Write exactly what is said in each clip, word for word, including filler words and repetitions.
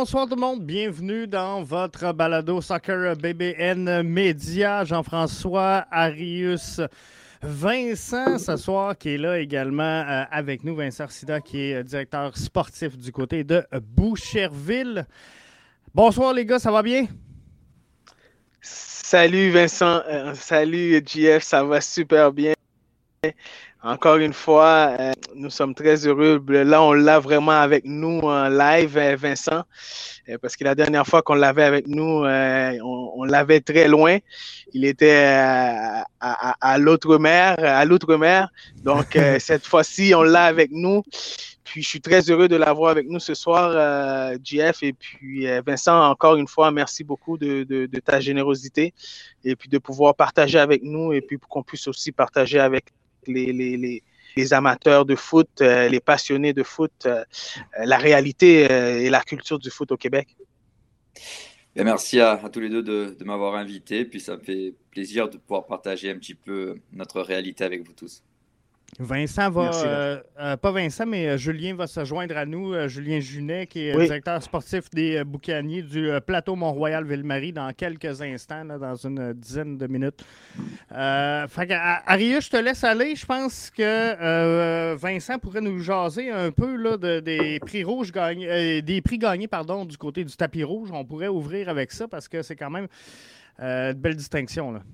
bonsoir tout le monde. Bienvenue dans votre balado Soccer B B N Média. Jean-François Arius Vincent, ce soir, qui est là également euh, avec nous. Vincent Arcida, qui est directeur sportif du côté de Boucherville. Bonsoir les gars, ça va bien? Salut Vincent, euh, salut J F, ça va super bien. Encore une fois, euh, nous sommes très heureux. Là, on l'a vraiment avec nous en live, euh, Vincent, euh, parce que la dernière fois qu'on l'avait avec nous, euh, on, on l'avait très loin. Il était euh, à, à, à l'outre-mer, à l'outre-mer. Donc, euh, cette fois-ci, on l'a avec nous. Puis, je suis très heureux de l'avoir avec nous ce soir, euh, J F. Et puis, euh, Vincent, encore une fois, merci beaucoup de, de, de ta générosité et puis de pouvoir partager avec nous et puis pour qu'on puisse aussi partager avec les, les, les, les amateurs de foot, euh, les passionnés de foot, euh, la réalité euh, et la culture du foot au Québec. Et merci à, à tous les deux de, de m'avoir invité. Puis ça me fait plaisir de pouvoir partager un petit peu notre réalité avec vous tous. Vincent va, Merci, euh, euh, pas Vincent, mais euh, Julien va se joindre à nous. Euh, Julien Junet, qui est Oui. directeur sportif des euh, boucaniers du euh, plateau Mont-Royal-Ville-Marie dans quelques instants, là, dans une dizaine de minutes. Euh, fait que, Arius, je te laisse aller. Je pense que euh, Vincent pourrait nous jaser un peu là, de, des prix rouges gagnés, euh, des prix gagnés pardon, du côté du tapis rouge. On pourrait ouvrir avec ça parce que c'est quand même euh, de belles distinctions, là.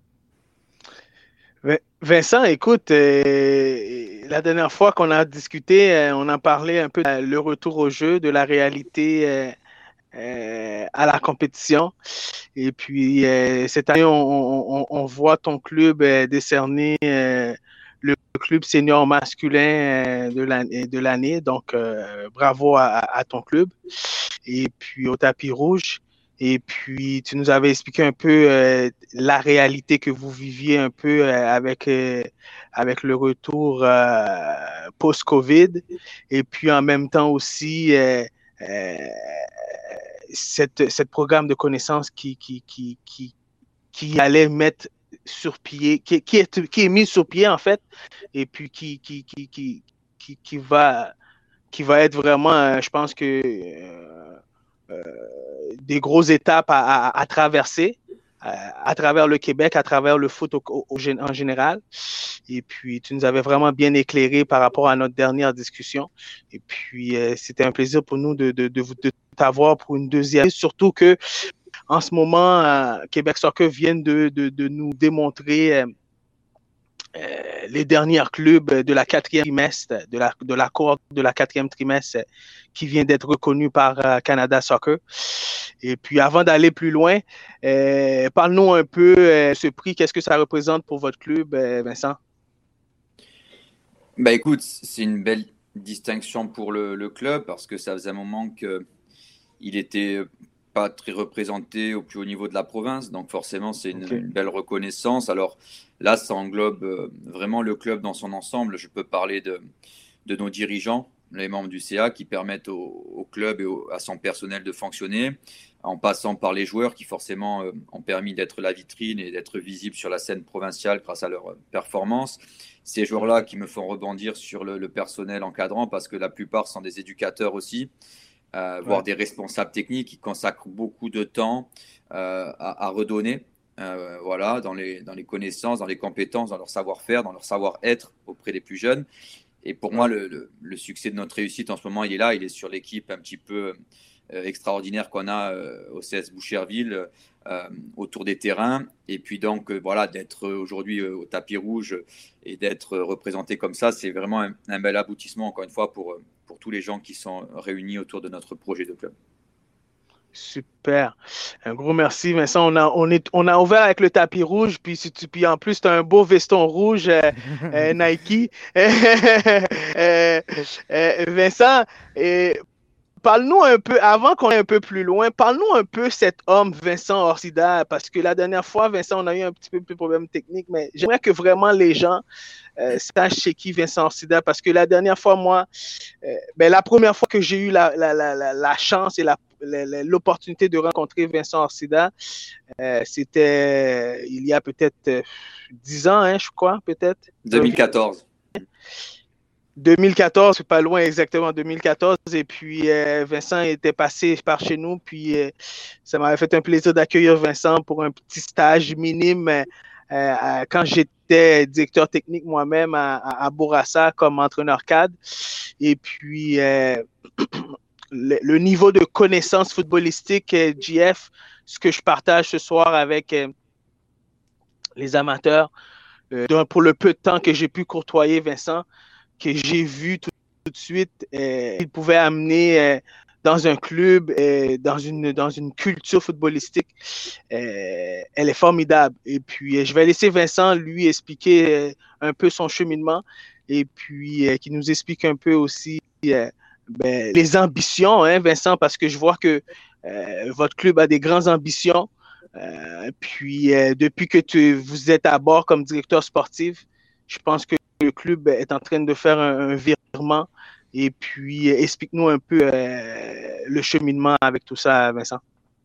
Vincent, écoute, euh, la dernière fois qu'on a discuté, euh, on a parlé un peu de le retour au jeu, de la réalité euh, euh, à la compétition. Et puis, euh, cette année, on, on, on voit ton club euh, décerner euh, le club senior masculin euh, de l'année. Donc, euh, bravo à, à ton club. Et puis, au tapis rouge. Et puis, tu nous avais expliqué un peu euh, la réalité que vous viviez un peu euh, avec, euh, avec le retour euh, post-COVID. Et puis, en même temps aussi, euh, euh, cette, cette programme de connaissances qui, qui, qui, qui, qui allait mettre sur pied, qui, qui, est, qui est mis sur pied, en fait, et puis qui, qui, qui, qui, qui, qui, va, qui va être vraiment, je pense que... Euh, euh, des grosses étapes à, à, à traverser euh, à travers le Québec, à travers le foot au, au, en général. Et puis, tu nous avais vraiment bien éclairé par rapport à notre dernière discussion. Et puis, euh, c'était un plaisir pour nous de, de, de, de t'avoir pour une deuxième. Surtout que en ce moment, euh, Québec Soccer vient de, de, de nous démontrer euh, Euh, les derniers clubs de la quatrième trimestre, de la, de la cohorte de la quatrième trimestre euh, qui vient d'être reconnu par euh, Canada Soccer. Et puis, avant d'aller plus loin, euh, parle-nous un peu euh, ce prix, qu'est-ce que ça représente pour votre club, euh, Vincent? Bah écoute, c'est une belle distinction pour le, le club parce que ça faisait un moment qu'il était pas très représenté au plus haut niveau de la province, donc forcément c'est une, okay. une belle reconnaissance. Alors là, ça englobe vraiment le club dans son ensemble. Je peux parler de, de nos dirigeants, les membres du C A, qui permettent au, au club et au, à son personnel de fonctionner, en passant par les joueurs qui forcément euh, ont permis d'être la vitrine et d'être visibles sur la scène provinciale grâce à leur performance. Ces joueurs-là qui me font rebondir sur le, le personnel encadrant parce que la plupart sont des éducateurs aussi. Euh, ouais. voire des responsables techniques qui consacrent beaucoup de temps euh, à, à redonner euh, voilà, dans, les, dans les connaissances, dans les compétences, dans leur savoir-faire, dans leur savoir-être auprès des plus jeunes. Et pour ouais. moi, le, le, le succès de notre réussite en ce moment, il est là. Il est sur l'équipe un petit peu euh, extraordinaire qu'on a euh, au C S Boucherville euh, autour des terrains. Et puis donc, euh, voilà, d'être aujourd'hui euh, au tapis rouge et d'être représenté comme ça, c'est vraiment un, un bel aboutissement, encore une fois, pour... pour tous les gens qui sont réunis autour de notre projet de club. Super. Un gros merci, Vincent. On a, on est, on a ouvert avec le tapis rouge, puis, puis en plus, tu as un beau veston rouge euh, euh, Nike. euh, euh, Vincent, euh, parle-nous un peu, avant qu'on aille un peu plus loin, parle-nous un peu cet homme, Vincent Orcida, parce que la dernière fois, Vincent, on a eu un petit peu de problème technique, mais j'aimerais que vraiment les gens euh, sachent chez qui Vincent Orcida, parce que la dernière fois, moi, euh, ben, la première fois que j'ai eu la, la, la, la, la chance et la, la, l'opportunité de rencontrer Vincent Orcida, euh, c'était euh, il y a peut-être euh, dix ans, hein, je crois, peut-être. deux mille quatorze. deux mille quatorze, c'est pas loin exactement, deux mille quatorze. Et puis, euh, Vincent était passé par chez nous. Puis, euh, ça m'avait fait un plaisir d'accueillir Vincent pour un petit stage minime euh, euh, quand j'étais directeur technique moi-même à, à, à Bourassa comme entraîneur cadre. Et puis, euh, le, le, niveau de connaissance footballistique, euh, J F, ce que je partage ce soir avec euh, les amateurs, euh, pour le peu de temps que j'ai pu côtoyer Vincent, que j'ai vu tout, tout de suite, euh, il pouvait amener euh, dans un club, euh, dans, une, dans une culture footballistique, euh, elle est formidable. Et puis, euh, je vais laisser Vincent lui expliquer euh, un peu son cheminement et puis euh, qu'il nous explique un peu aussi euh, ben, les ambitions, hein, Vincent, parce que je vois que euh, votre club a des grandes ambitions. Euh, puis, euh, depuis que tu, vous êtes à bord comme directeur sportif, je pense que le club est en train de faire un, un virement. Et puis, euh, explique-nous un peu euh, le cheminement avec tout ça, Vincent.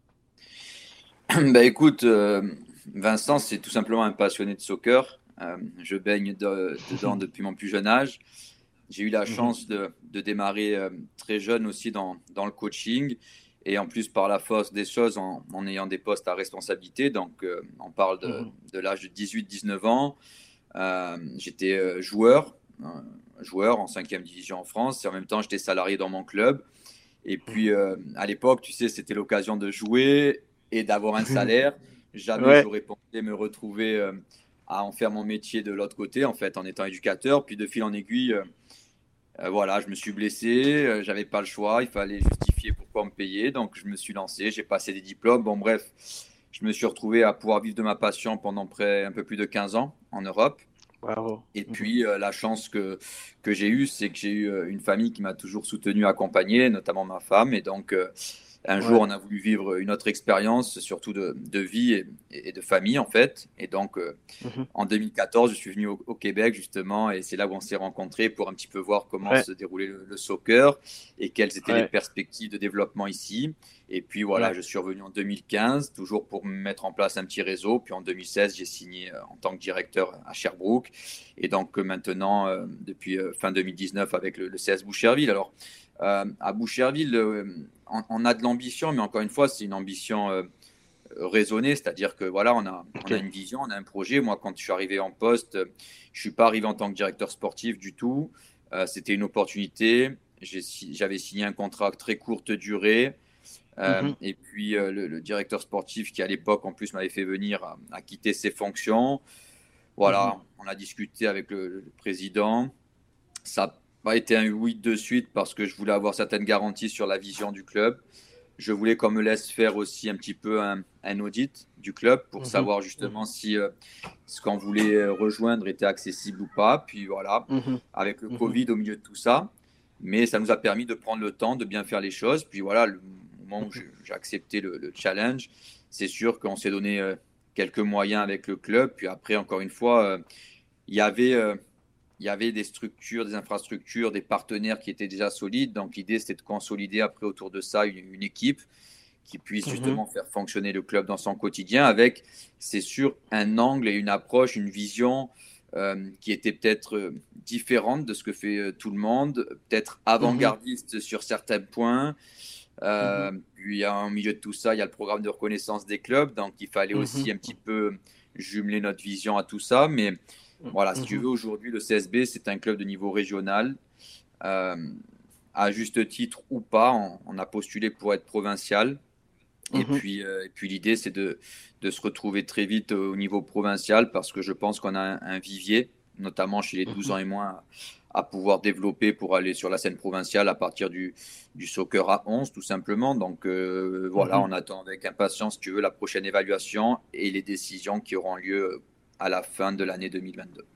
Bah écoute, euh, Vincent, c'est tout simplement un passionné de soccer. Euh, je baigne de, dedans depuis mon plus jeune âge. J'ai eu la chance de, de démarrer euh, très jeune aussi dans, dans le coaching. Et en plus, par la force des choses, en, en ayant des postes à responsabilité. Donc, euh, on parle de, de l'âge de dix-huit dix-neuf ans. Euh, j'étais euh, joueur, euh, joueur en cinquième division en France. Et en même temps, j'étais salarié dans mon club. Et puis, euh, à l'époque, tu sais, c'était l'occasion de jouer et d'avoir un salaire. Jamais Ouais. j'aurais pensé me retrouver euh, à en faire mon métier de l'autre côté, en fait, en étant éducateur. Puis, de fil en aiguille, euh, euh, voilà, je me suis blessé. Euh, j'avais pas le choix. Il fallait justifier pourquoi on me payait. Donc, je me suis lancé. J'ai passé des diplômes. Bon, bref, je me suis retrouvé à pouvoir vivre de ma passion pendant près un peu plus de quinze ans en Europe. Bravo. Et puis, euh, la chance que, que j'ai eue, c'est que j'ai eu euh, une famille qui m'a toujours soutenu, accompagné, notamment ma femme. Et donc, euh, un jour, Ouais. on a voulu vivre une autre expérience, surtout de, de vie et, et de famille, en fait. Et donc, euh, Mhm. en deux mille quatorze, je suis venu au, au Québec, justement, et c'est là où on s'est rencontrés pour un petit peu voir comment Ouais. se déroulait le, le soccer et quelles étaient les Ouais. perspectives de développement ici. Et puis voilà, Ouais. je suis revenu en deux mille quinze, toujours pour mettre en place un petit réseau. Puis en deux mille seize, j'ai signé euh, en tant que directeur à Sherbrooke. Et donc euh, maintenant, euh, depuis euh, fin deux mille dix-neuf, avec le, le C S Boucherville. Alors, euh, à Boucherville, euh, on, on a de l'ambition, mais encore une fois, c'est une ambition euh, raisonnée, c'est-à-dire que voilà, on a, on a OK. une vision, on a un projet. Moi, quand je suis arrivé en poste, je ne suis pas arrivé en tant que directeur sportif du tout. Euh, c'était une opportunité. J'ai, j'avais signé un contrat très courte durée. Euh, Mhm. et puis euh, le, le directeur sportif qui à l'époque en plus m'avait fait venir a, a quitté ses fonctions. Mhm. Voilà, on a discuté avec le, le président. Ça n'a pas été un oui de suite parce que je voulais avoir certaines garanties sur la vision du club. Je voulais qu'on me laisse faire aussi un petit peu un, un audit du club pour Mhm. savoir justement si euh, ce qu'on voulait rejoindre était accessible ou pas. Puis voilà, Mhm. avec le Mhm. Covid au milieu de tout ça. Mais ça nous a permis de prendre le temps de bien faire les choses. Puis voilà, le moment où j'ai accepté le, le challenge, c'est sûr qu'on s'est donné euh, quelques moyens avec le club. Puis après, encore une fois, euh, il y avait euh, il y avait des structures, des infrastructures, des partenaires qui étaient déjà solides. Donc l'idée, c'était de consolider après autour de ça une, une équipe qui puisse Mhm. justement faire fonctionner le club dans son quotidien avec, c'est sûr, un angle et une approche, une vision euh, qui était peut-être euh, différente de ce que fait euh, tout le monde, peut-être Mhm. avant-gardiste sur certains points. Mhm. Euh, puis en milieu de tout ça, il y a le programme de reconnaissance des clubs, donc il fallait aussi Mhm. un petit peu jumeler notre vision à tout ça. Mais voilà, si tu Mhm. veux, aujourd'hui, le C S B, c'est un club de niveau régional. Euh, à juste titre ou pas, on, on a postulé pour être provincial. Et Mhm. puis, euh, et puis l'idée, c'est de, de se retrouver très vite au niveau provincial parce que je pense qu'on a un, un vivier, notamment chez les douze Mhm. ans et moins, à, à pouvoir développer pour aller sur la scène provinciale à partir du, du soccer à onze, tout simplement. Donc euh, voilà, Mhm. on attend avec impatience, si tu veux, la prochaine évaluation et les décisions qui auront lieu à la fin de l'année deux mille vingt-deux.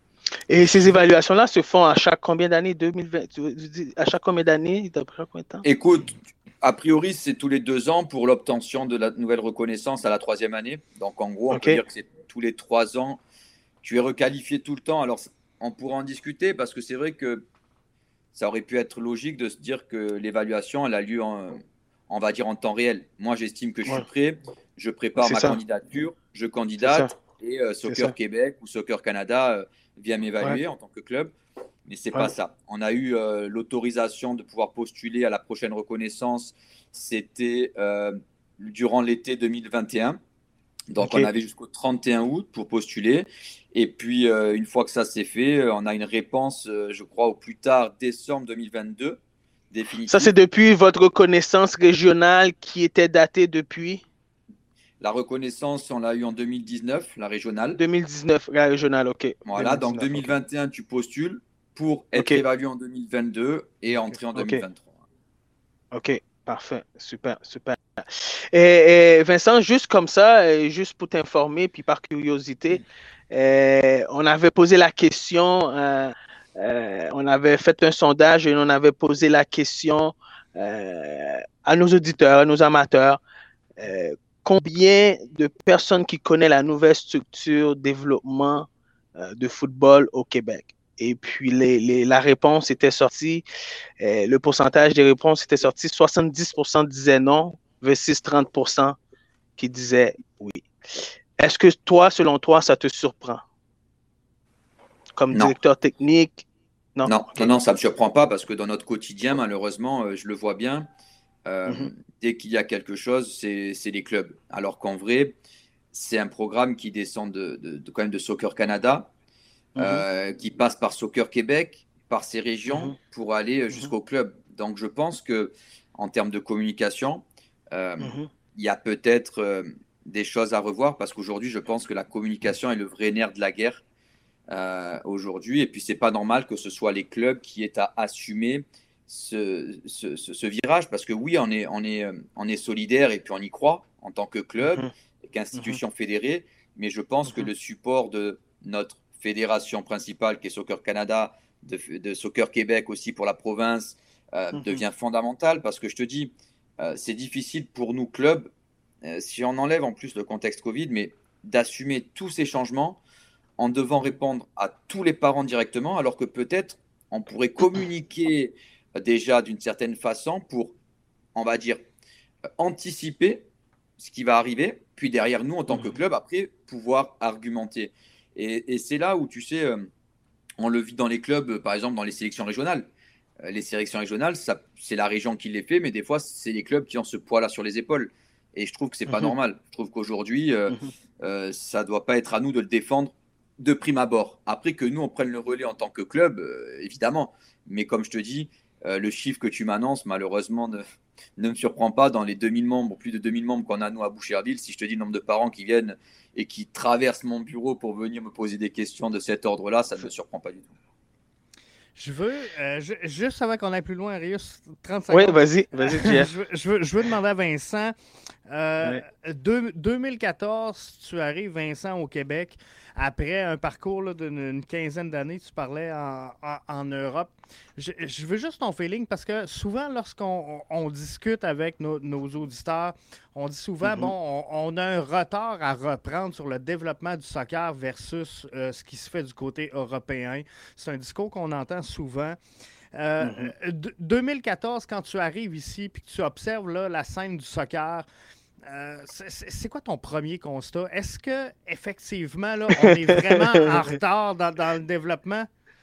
Et ces évaluations-là se font à chaque combien d'années? deux mille vingt, à chaque combien d'années? D'après combien de temps? Écoute, a priori, c'est tous les deux ans pour l'obtention de la nouvelle reconnaissance à la troisième année. Donc, en gros, on peut OK. dire que c'est tous les trois ans. Tu es requalifié tout le temps. Alors, on pourra en discuter parce que c'est vrai que ça aurait pu être logique de se dire que l'évaluation, elle a lieu, en, on va dire, en temps réel. Moi, j'estime que je suis Ouais. prêt. Je prépare C'est ma ça. candidature, je C'est ça. candidate et euh, C'est Soccer ça. Québec ou Soccer Canada euh, vient Ouais. m'évaluer en tant que club. mais ce n'est Ouais. pas ça. On a eu euh, l'autorisation de pouvoir postuler à la prochaine reconnaissance. C'était euh, durant l'été deux mille vingt et un. Donc, OK. on avait jusqu'au trente et un août pour postuler. Et puis, euh, une fois que ça s'est fait, on a une réponse, euh, je crois, au plus tard décembre deux mille vingt-deux, définitive. Ça, c'est depuis votre reconnaissance régionale qui était datée depuis La reconnaissance, on l'a eu en deux mille dix-neuf, la régionale. deux mille dix-neuf, la régionale, OK. Voilà, donc deux mille dix-neuf, deux mille vingt et un, okay. Tu postules pour être okay. évalué en deux mille vingt-deux et entrer en okay. deux mille vingt-trois. OK, parfait, super, super. Et, et Vincent, juste comme ça, juste pour t'informer, puis par curiosité, euh, on avait posé la question, euh, euh, on avait fait un sondage et on avait posé la question euh, à nos auditeurs, à nos amateurs, euh, combien de personnes qui connaissent la nouvelle structure développement euh, de football au Québec? Et puis les, les, la réponse était sortie, euh, le pourcentage des réponses était sorti, soixante-dix pour cent disaient non, versus trente pour cent qui disaient oui. Est-ce que toi, selon toi, ça te surprend? Comme non. directeur technique? Non, non, okay. non, non, ça ne me surprend pas parce que dans notre quotidien, malheureusement, euh, je le vois bien, euh, mm-hmm. dès qu'il y a quelque chose, c'est, c'est les clubs. Alors qu'en vrai, c'est un programme qui descend de, de, de, quand même de Soccer Canada, mm-hmm. euh, qui passe par Soccer Québec, par ces régions, mm-hmm. pour aller jusqu'au club. Donc, je pense qu'en termes de communication, euh, mm-hmm. il y a peut-être euh, des choses à revoir parce qu'aujourd'hui, je pense que la communication est le vrai nerf de la guerre euh, aujourd'hui. Et puis, ce n'est pas normal que ce soit les clubs qui aient à assumer ce, ce, ce, ce virage parce que oui, on est, on, est, on est solidaire et puis on y croit en tant que club mm-hmm. et qu'institution mm-hmm. fédérée. Mais je pense mm-hmm. que le support de notre fédération principale qui est Soccer Canada, de, de Soccer Québec aussi pour la province, euh, mm-hmm. devient fondamental parce que je te dis, euh, c'est difficile pour nous clubs, euh, si on enlève en plus le contexte Covid, mais d'assumer tous ces changements en devant répondre à tous les parents directement, alors que peut-être on pourrait communiquer déjà d'une certaine façon pour, on va dire, anticiper ce qui va arriver, puis derrière nous en tant que club, après pouvoir argumenter. Et, et c'est là où, tu sais, euh, on le vit dans les clubs, par exemple dans les sélections régionales. Euh, les sélections régionales, ça, c'est la région qui les fait, mais des fois, c'est les clubs qui ont ce poids-là sur les épaules. Et je trouve que ce n'est pas mm-hmm. normal. Je trouve qu'aujourd'hui, euh, mm-hmm. euh, ça ne doit pas être à nous de le défendre de prime abord. Après que nous, on prenne le relais en tant que club, euh, évidemment. Mais comme je te dis, euh, le chiffre que tu m'annonces, malheureusement, ne, ne me surprend pas. Dans les deux mille membres, plus de deux mille membres qu'on a, nous, à Boucherville, si je te dis le nombre de parents qui viennent et qui traversent mon bureau pour venir me poser des questions de cet ordre-là, ça ne me surprend pas du tout. Je veux, euh, je, juste avant qu'on aille plus loin, Arius, trente secondes. Oui, vas-y, vas-y, Jeff. je, veux, je, veux, je veux demander à Vincent, euh, ouais. deux, deux mille quatorze, tu arrives, Vincent, au Québec, après un parcours là, d'une quinzaine d'années, tu parlais en, en, en Europe. Je, je veux juste ton feeling parce que souvent, lorsqu'on on, on discute avec nos, nos auditeurs, on dit souvent, mm-hmm. bon, on, on a un retard à reprendre sur le développement du soccer versus euh, ce qui se fait du côté européen. C'est un discours qu'on entend souvent. Euh, mm-hmm. deux mille quatorze, quand tu arrives ici et que tu observes là, la scène du soccer, Euh, c'est, c'est quoi ton premier constat? Est-ce que effectivement là, on est vraiment en retard dans, dans le développement?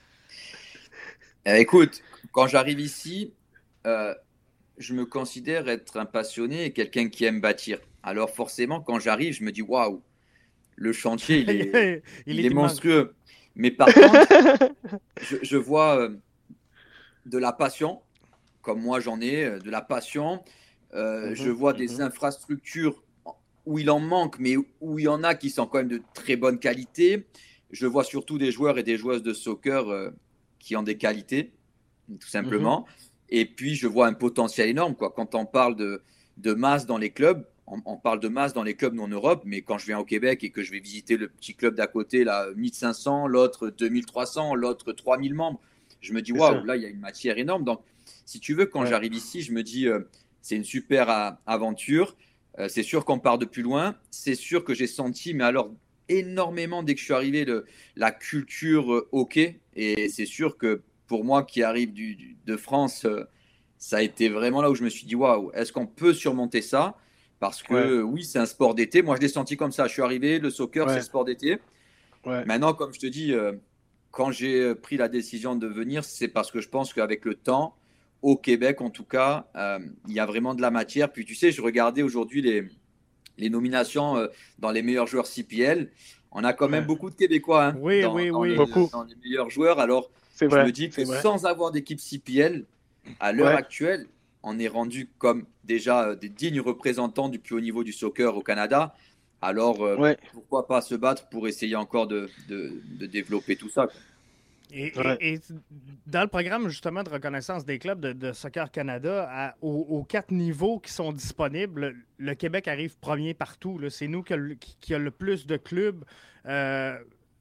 Euh, écoute, quand j'arrive ici, euh, je me considère être un passionné et quelqu'un qui aime bâtir. Alors forcément, quand j'arrive, je me dis waouh, le chantier il est, il il est, est monstrueux. Mais par contre, je, je vois euh, de la passion, comme moi j'en ai, de la passion. Euh, mmh, je vois mmh. des infrastructures où il en manque, mais où il y en a qui sont quand même de très bonne qualité. Je vois surtout des joueurs et des joueuses de soccer euh, qui ont des qualités, tout simplement. Mmh. Et puis, je vois un potentiel énorme, quoi. Quand on parle de, de masse dans les clubs, on, on parle de masse dans les clubs, nous en Europe, mais quand je viens au Québec et que je vais visiter le petit club d'à côté, là, mille cinq cents, l'autre deux mille trois cents, l'autre trois mille membres, je me dis, waouh, là, il y a une matière énorme. Donc, si tu veux, quand ouais. j'arrive ici, je me dis... Euh, c'est une super a- aventure. Euh, c'est sûr qu'on part de plus loin. C'est sûr que j'ai senti, mais alors énormément dès que je suis arrivé, le, la culture euh, hockey. Et c'est sûr que pour moi qui arrive du, du, de France, euh, ça a été vraiment là où je me suis dit waouh, est-ce qu'on peut surmonter ça? Parce que ouais. oui, c'est un sport d'été. Moi, je l'ai senti comme ça. Je suis arrivé, le soccer, ouais. c'est le sport d'été. Ouais. Maintenant, comme je te dis, euh, quand j'ai pris la décision de venir, c'est parce que je pense qu'avec le temps, au Québec en tout cas, euh, il y a vraiment de la matière. Puis tu sais, je regardais aujourd'hui les, les nominations euh, dans les meilleurs joueurs C P L. On a quand même ouais. beaucoup de Québécois hein, oui, dans, oui, dans, oui. Les, beaucoup. dans les meilleurs joueurs. Alors, c'est je vrai, me dis que vrai. sans avoir d'équipe C P L, à l'heure ouais. actuelle, on est rendu comme déjà des dignes représentants du plus haut niveau du soccer au Canada. Alors, euh, ouais. pourquoi pas se battre pour essayer encore de, de, de développer tout ça. Et, ouais. et, et dans le programme justement de reconnaissance des clubs de, de Soccer Canada, à, aux, aux quatre niveaux qui sont disponibles, le, le Québec arrive premier partout. Là. C'est nous qui a, le, qui a le plus de clubs, euh,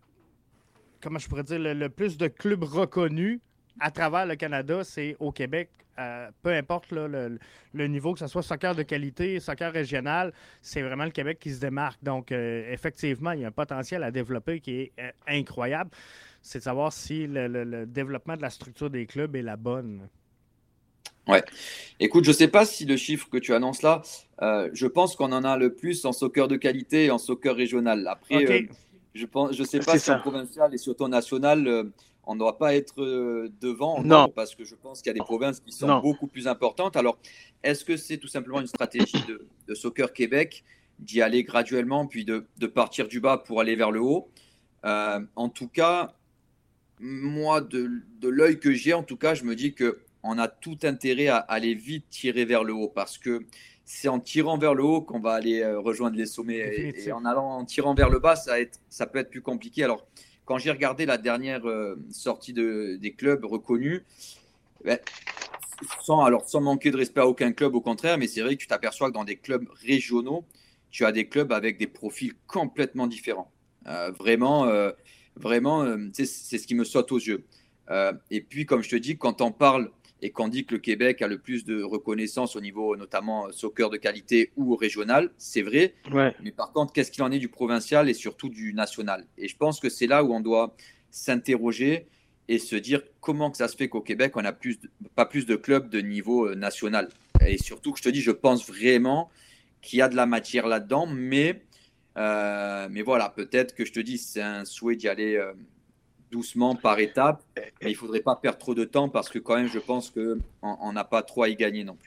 comment je pourrais dire, le, le plus de clubs reconnus à travers le Canada, c'est au Québec. Euh, peu importe là, le, le niveau, que ce soit soccer de qualité, soccer régional, c'est vraiment le Québec qui se démarque. Donc, euh, effectivement, il y a un potentiel à développer qui est euh, incroyable. C'est de savoir si le, le, le développement de la structure des clubs est la bonne. Ouais. Écoute, je ne sais pas si le chiffre que tu annonces là, euh, je pense qu'on en a le plus en soccer de qualité et en soccer régional. Après, okay. euh, je ne je sais pas si en provincial et surtout national, euh, on ne doit pas être euh, devant en nombre parce que je pense qu'il y a des provinces qui sont non. beaucoup plus importantes. Alors, est-ce que c'est tout simplement une stratégie de, de Soccer Québec d'y aller graduellement puis de, de partir du bas pour aller vers le haut? euh, En tout cas, moi, de, de l'œil que j'ai, en tout cas, je me dis qu'on a tout intérêt à aller vite tirer vers le haut parce que c'est en tirant vers le haut qu'on va aller euh, rejoindre les sommets. Et, et en allant en tirant vers le bas, ça, être, ça peut être plus compliqué. Alors, quand j'ai regardé la dernière euh, sortie de, des clubs reconnus, ben, sans, alors, sans manquer de respect à aucun club, au contraire, mais c'est vrai que tu t'aperçois que dans des clubs régionaux, tu as des clubs avec des profils complètement différents. Euh, vraiment, euh, vraiment euh, c'est, c'est ce qui me saute aux yeux. Euh, et puis, comme je te dis, quand on parle et qu'on dit que le Québec a le plus de reconnaissance au niveau notamment soccer de qualité ou régional, c'est vrai. Ouais. Mais par contre, qu'est-ce qu'il en est du provincial et surtout du national? Et je pense que c'est là où on doit s'interroger et se dire comment que ça se fait qu'au Québec, on n'a plus de, pas plus de clubs de niveau national. Et surtout que je te dis, je pense vraiment qu'il y a de la matière là-dedans, mais, euh, mais voilà, peut-être que je te dis, c'est un souhait d'y aller euh, doucement par étapes, mais il ne faudrait pas perdre trop de temps parce que quand même, je pense qu'on n'a pas trop à y gagner non plus.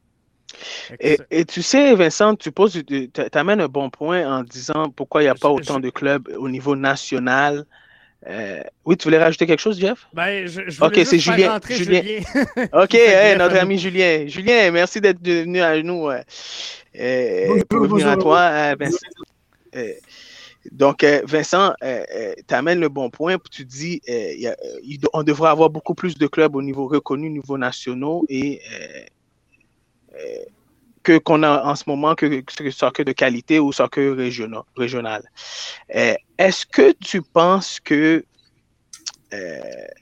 Et, et tu sais, Vincent, tu poses, tu amènes un bon point en disant pourquoi il n'y a pas je, autant je... de clubs au niveau national. Euh, oui, tu voulais rajouter quelque chose, Jeff? Ben, je, je voulais okay, c'est Julien. Julien. Julien. OK, hey, notre ami Julien. Julien, merci d'être venu à nous. Euh, bonjour, pour revenir bonjour. à toi, euh, Vincent. Euh, donc, euh, Vincent, euh, euh, tu amènes le bon point. Tu dis euh, y a, y, on devrait avoir beaucoup plus de clubs au niveau reconnu, au niveau national et euh, euh, que qu'on a en ce moment que, que soccer de qualité ou soccer régional. régional. Euh, est-ce que tu penses que, euh,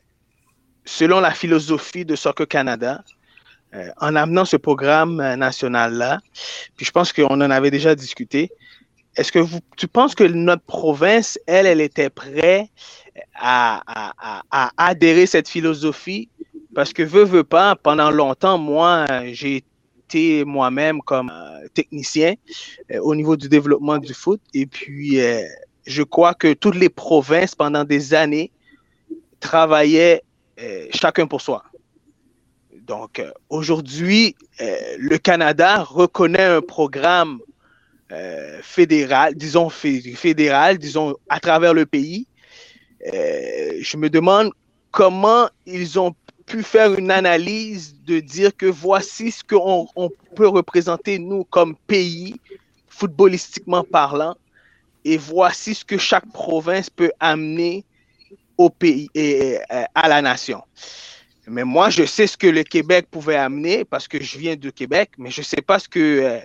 selon la philosophie de Soccer Canada, euh, en amenant ce programme national-là, puis je pense qu'on en avait déjà discuté, est-ce que vous, tu penses que notre province, elle, elle était prête à, à, à, à adhérer à cette philosophie? Parce que veux, veux pas, pendant longtemps, moi, j'ai été moi-même comme euh, technicien euh, au niveau du développement du foot. Et puis, euh, je crois que toutes les provinces, pendant des années, travaillaient euh, chacun pour soi. Donc, euh, aujourd'hui, euh, le Canada reconnaît un programme euh, fédéral, disons fédéral, disons à travers le pays. Euh, je me demande comment ils ont pu faire une analyse de dire que voici ce qu'on on peut représenter nous comme pays, footballistiquement parlant, et voici ce que chaque province peut amener au pays et, et à la nation. Mais moi, je sais ce que le Québec pouvait amener parce que je viens du Québec, mais je ne sais pas ce que euh,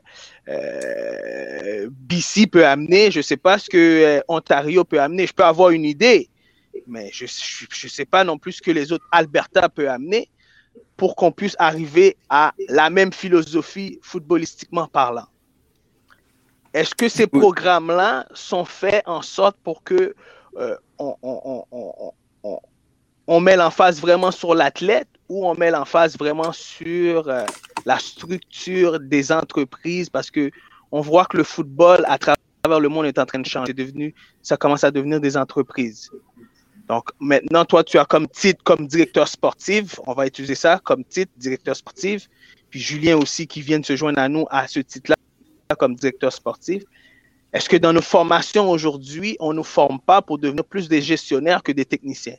euh, B C peut amener, je ne sais pas ce que euh, Ontario peut amener. Je peux avoir une idée, mais je ne sais pas non plus ce que les autres Alberta peut amener pour qu'on puisse arriver à la même philosophie footballistiquement parlant. Est-ce que ces programmes-là sont faits en sorte pour que euh, on, on, on, on, on met l'emphase vraiment sur l'athlète ou on met l'emphase vraiment sur euh, la structure des entreprises? Parce que on voit que le football à travers le monde est en train de changer. C'est devenu, ça commence à devenir des entreprises. Donc, maintenant, toi, tu as comme titre, comme directeur sportif, on va utiliser ça comme titre, directeur sportif. Puis Julien aussi, qui vient de se joindre à nous à ce titre-là, comme directeur sportif. Est-ce que dans nos formations aujourd'hui, on ne nous forme pas pour devenir plus des gestionnaires que des techniciens?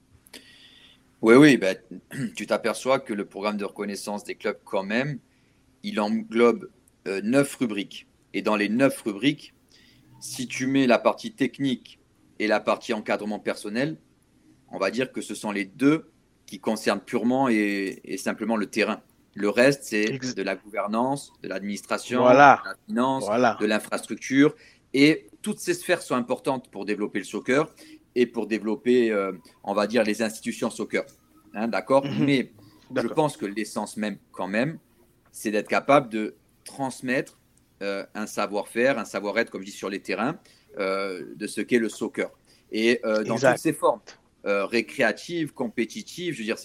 Oui, oui, ben, tu t'aperçois que le programme de reconnaissance des clubs, quand même, il englobe euh, neuf rubriques. Et dans les neuf rubriques, si tu mets la partie technique et la partie encadrement personnel, on va dire que ce sont les deux qui concernent purement et, et simplement le terrain. Le reste, c'est de la gouvernance, de l'administration, voilà. de la finance, voilà. de l'infrastructure. Et toutes ces sphères sont importantes pour développer le soccer et pour développer, euh, on va dire, les institutions soccer. Hein, d'accord ? Mm-hmm. Mais d'accord. je pense que l'essence même, quand même, c'est d'être capable de transmettre euh, un savoir-faire, un savoir-être, comme je dis, sur les terrains, euh, de ce qu'est le soccer. Et euh, dans exact. toutes ses formes, euh, récréatives, compétitives, je veux dire,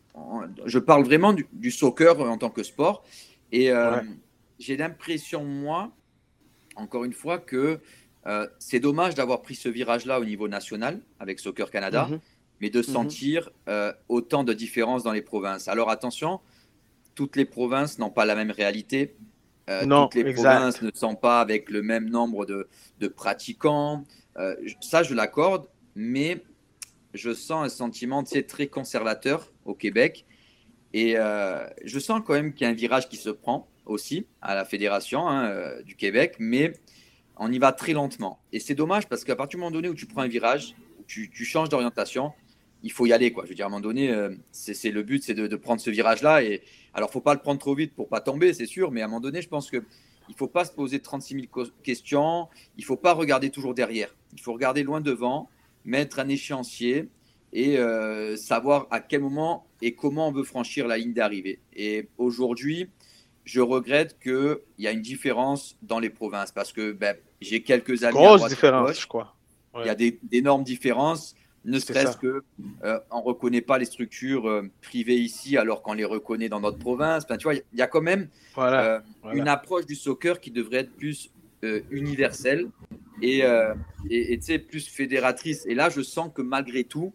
je parle vraiment du, du soccer en tant que sport. Et euh, ouais. j'ai l'impression, moi, encore une fois, que euh, c'est dommage d'avoir pris ce virage-là au niveau national avec Soccer Canada, mm-hmm. mais de mm-hmm. sentir euh, autant de différences dans les provinces. Alors attention, toutes les provinces n'ont pas la même réalité. Euh, non, toutes les exact. provinces ne sont pas avec le même nombre de, de pratiquants. Euh, ça, je l'accorde, mais je sens un sentiment très conservateur au Québec. Et euh, je sens quand même qu'il y a un virage qui se prend aussi à la Fédération hein, euh, du Québec, mais on y va très lentement. Et c'est dommage parce qu'à partir du moment donné où tu prends un virage, où tu, tu changes d'orientation, il faut y aller, quoi. Je veux dire, à un moment donné, euh, c'est, c'est le but, c'est de, de prendre ce virage-là. Et alors, il ne faut pas le prendre trop vite pour ne pas tomber, c'est sûr, mais à un moment donné, je pense qu'il ne faut pas se poser trente-six mille co- questions, il ne faut pas regarder toujours derrière. Il faut regarder loin devant, mettre un échéancier et euh, savoir à quel moment et comment on veut franchir la ligne d'arrivée. Et aujourd'hui, je regrette qu'il y a une différence dans les provinces parce que ben, j'ai quelques amis Grosse à droite différence, à gauche. je crois. Ouais. Il y a des, d'énormes différences, ne C'est serait-ce qu'on euh, ne reconnaît pas les structures euh, privées ici alors qu'on les reconnaît dans notre province. Enfin, tu vois, il y a quand même voilà. Euh, voilà. une approche du soccer qui devrait être plus euh, universelle et, euh, et, et plus fédératrice. Et là, je sens que malgré tout,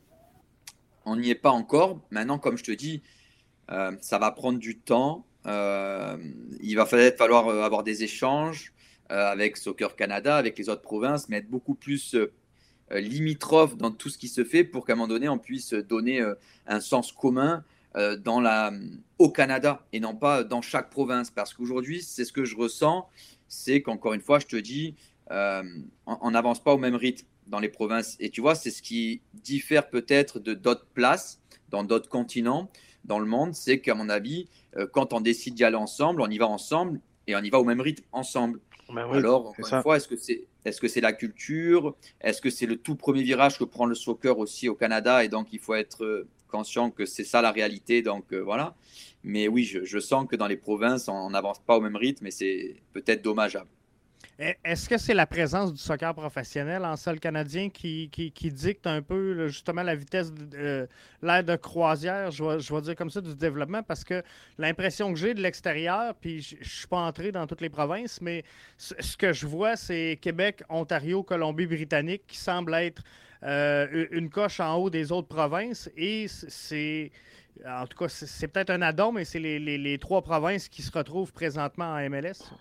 on n'y est pas encore. Maintenant, comme je te dis, euh, ça va prendre du temps. Euh, il va falloir avoir des échanges euh, avec Soccer Canada, avec les autres provinces, mais être beaucoup plus euh, limitrophe dans tout ce qui se fait pour qu'à un moment donné, on puisse donner euh, un sens commun euh, dans la, au Canada et non pas dans chaque province. Parce qu'aujourd'hui, c'est ce que je ressens, c'est qu'encore une fois, je te dis, euh, on n'avance pas au même rythme dans les provinces. Et tu vois, c'est ce qui diffère peut-être de d'autres places, dans d'autres continents, dans le monde, c'est qu'à mon avis, euh, quand on décide d'y aller ensemble, on y va ensemble et on y va au même rythme ensemble. Ben oui, Alors, encore une ça. fois, est-ce que c'est est-ce que c'est la culture? Est-ce que c'est le tout premier virage que prend le soccer aussi au Canada? Et donc, il faut être conscient que c'est ça la réalité. Donc, euh, voilà. Mais oui, je, je sens que dans les provinces, on n'avance pas au même rythme et c'est peut-être dommageable. Est-ce que c'est la présence du soccer professionnel en sol canadien qui, qui, qui dicte un peu justement la vitesse, de, euh, l'aire de croisière, je vais, je vais dire comme ça, du développement? Parce que l'impression que j'ai de l'extérieur, puis je ne suis pas entré dans toutes les provinces, mais ce, ce que je vois, c'est Québec, Ontario, Colombie-Britannique qui semble être euh, une coche en haut des autres provinces. Et c'est, en tout cas, c'est, c'est peut-être un addon, mais c'est les, les, les trois provinces qui se retrouvent présentement en M L S.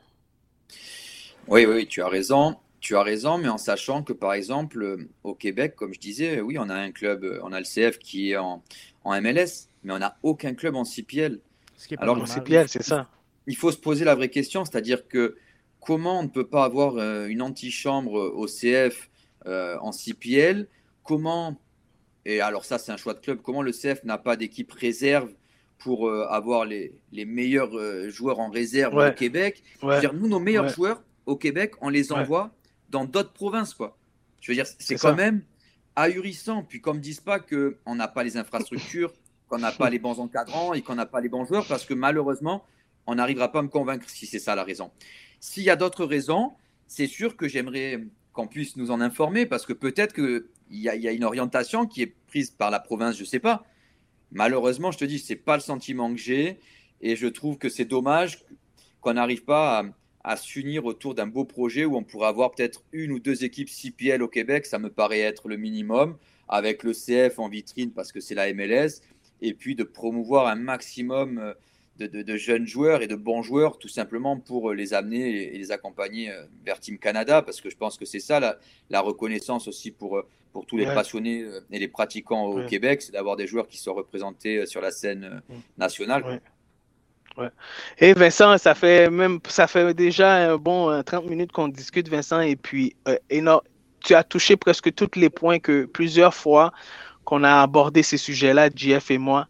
Oui, oui, tu as raison. Tu as raison, mais en sachant que, par exemple, au Québec, comme je disais, oui, on a un club, on a le C F qui est en, en M L S, mais on n'a aucun club en C P L. Ce qui est pas Alors, en C P L, c'est ça. Il faut se poser la vraie question, c'est-à-dire que comment on ne peut pas avoir une antichambre au C F euh, en C P L? Comment, et alors ça, c'est un choix de club, comment le C F n'a pas d'équipe réserve pour euh, avoir les, les meilleurs euh, joueurs en réserve ouais. au Québec? Ouais. Je veux dire, nous, nos meilleurs ouais. joueurs, au Québec, on les envoie ouais. dans d'autres provinces, quoi. Je veux dire, c'est, c'est quand ça. même ahurissant. Puis qu'on ne me dise pas qu'on n'a pas les infrastructures, qu'on n'a pas les bons encadrants et qu'on n'a pas les bons joueurs, parce que malheureusement, on n'arrivera pas à me convaincre si c'est ça la raison. S'il y a d'autres raisons, c'est sûr que j'aimerais qu'on puisse nous en informer, parce que peut-être qu'il y a, y a une orientation qui est prise par la province, je ne sais pas. Malheureusement, je te dis, ce n'est pas le sentiment que j'ai, et je trouve que c'est dommage qu'on n'arrive pas à à s'unir autour d'un beau projet où on pourrait avoir peut-être une ou deux équipes C P L au Québec, ça me paraît être le minimum. avec le C F en vitrine parce que c'est la M L S, et puis de promouvoir un maximum de, de, de jeunes joueurs et de bons joueurs, tout simplement pour les amener et les accompagner vers Team Canada, parce que je pense que c'est ça la, la reconnaissance aussi pour, pour tous les ouais. passionnés et les pratiquants au ouais. Québec, c'est d'avoir des joueurs qui sont représentés sur la scène nationale. Ouais. Ouais. Et Vincent, ça fait même ça fait déjà un bon trente minutes qu'on discute, Vincent, et puis euh, et non, tu as touché presque tous les points que plusieurs fois qu'on a abordé ces sujets-là, J F et moi,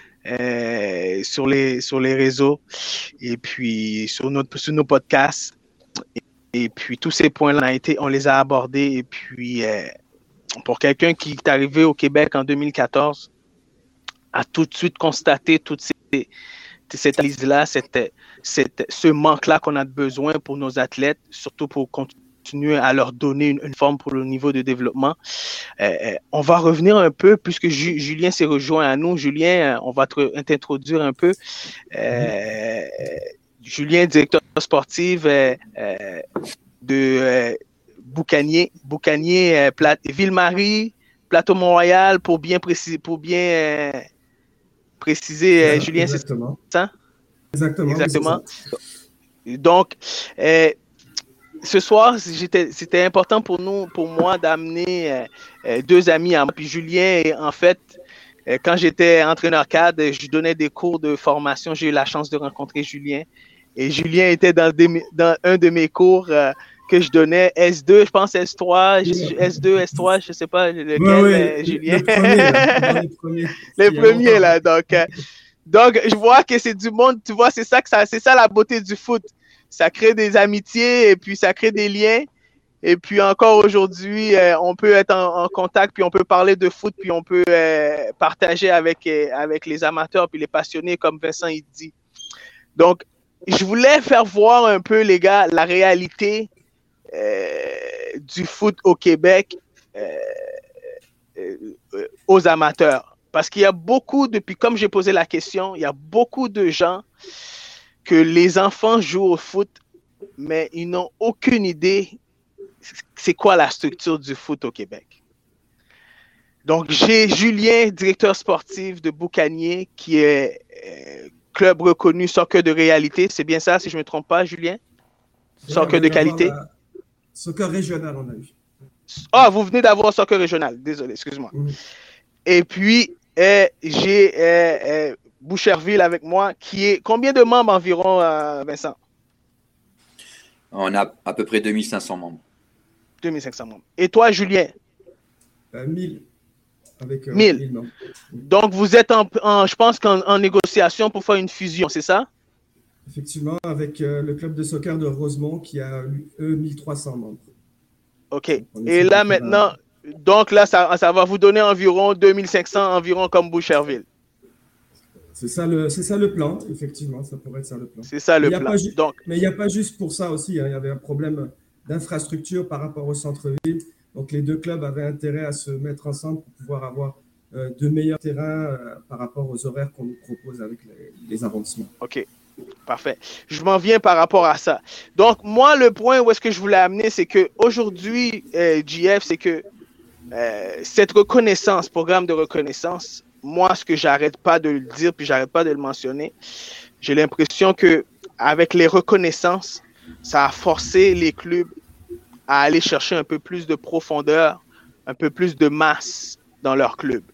euh, sur les sur les réseaux et puis sur notre sur nos podcasts. Et, et puis tous ces points-là on a été on les a abordés, et puis euh, pour quelqu'un qui est arrivé au Québec en deux mille quatorze, a tout de suite constaté toutes ces cette analyse-là, cette, cette, ce manque-là qu'on a besoin pour nos athlètes, surtout pour continuer à leur donner une, une forme pour le niveau de développement. Euh, on va revenir un peu, puisque Ju- Julien s'est rejoint à nous. Julien, on va te, t'introduire un peu. Euh, Julien, directeur sportif euh, euh, de euh, Boucanier, Boucanier euh, Pla- Ville-Marie, Plateau-Mont-Royal, pour bien préciser, pour bien... Euh, préciser, euh, Julien, exactement. C'est ça? Exactement. Exactement. C'est ça. Donc, euh, ce soir, j'étais, c'était important pour nous, pour moi, d'amener euh, deux amis à moi. Puis Julien, en fait, euh, quand j'étais entraîneur cadre, je donnais des cours de formation. J'ai eu la chance de rencontrer Julien. Et Julien était dans, des, dans un de mes cours euh, que je donnais, S deux, je pense S trois, S deux, S trois, je ne sais pas lequel, ouais, ouais, euh, Julien. Le premier, là, les premiers. Les premiers, là. Donc, euh, donc, je vois que c'est du monde, tu vois, c'est ça, que ça, c'est ça la beauté du foot. Ça crée des amitiés et puis ça crée des liens. Et puis encore aujourd'hui, euh, on peut être en, en contact, puis on peut parler de foot, puis on peut euh, partager avec, euh, avec les amateurs, puis les passionnés, comme Vincent il dit. Donc, je voulais faire voir un peu, les gars, la réalité Euh, du foot au Québec euh, euh, aux amateurs. Parce qu'il y a beaucoup, depuis comme j'ai posé la question, il y a beaucoup de gens que les enfants jouent au foot, mais ils n'ont aucune idée c'est quoi la structure du foot au Québec. Donc, j'ai Julien, directeur sportif de Boucanier, qui est euh, club reconnu soccer de réalité. C'est bien ça, si je ne me trompe pas, Julien? Soccer de qualité? La... Soccer régional, on a eu. Ah, vous venez d'avoir soccer régional. Désolé, excuse-moi. Mmh. Et puis, euh, j'ai euh, euh, Boucherville avec moi, qui est... Combien de membres environ, euh, Vincent? On a à peu près deux mille cinq cents membres. deux mille cinq cents membres. Et toi, Julien? Euh, mille. Avec euh, mille. mille membres. Donc, vous êtes, en, en, je pense, qu'en en négociation pour faire une fusion, c'est ça? Effectivement, avec euh, le club de soccer de Rosemont qui a, eux, mille trois cents membres. OK. Et là, maintenant, à... donc là, ça, ça va vous donner environ deux mille cinq cents, environ comme Boucherville. C'est ça, le, c'est ça le plan, effectivement, ça pourrait être ça le plan. C'est ça le plan. Ju- donc... Mais il n'y a pas juste pour ça aussi, hein. Il y avait un problème d'infrastructure par rapport au centre-ville. Donc, les deux clubs avaient intérêt à se mettre ensemble pour pouvoir avoir euh, de meilleurs terrains euh, par rapport aux horaires qu'on nous propose avec les, les arrondissements. OK. Parfait. Je m'en viens par rapport à ça. Donc, moi, le point où est-ce que je voulais amener, c'est qu'aujourd'hui, euh, J F, c'est que euh, cette reconnaissance, programme de reconnaissance, moi, ce que j'arrête pas de le dire, puis j'arrête pas de le mentionner, j'ai l'impression que avec les reconnaissances, ça a forcé les clubs à aller chercher un peu plus de profondeur, un peu plus de masse dans leur club,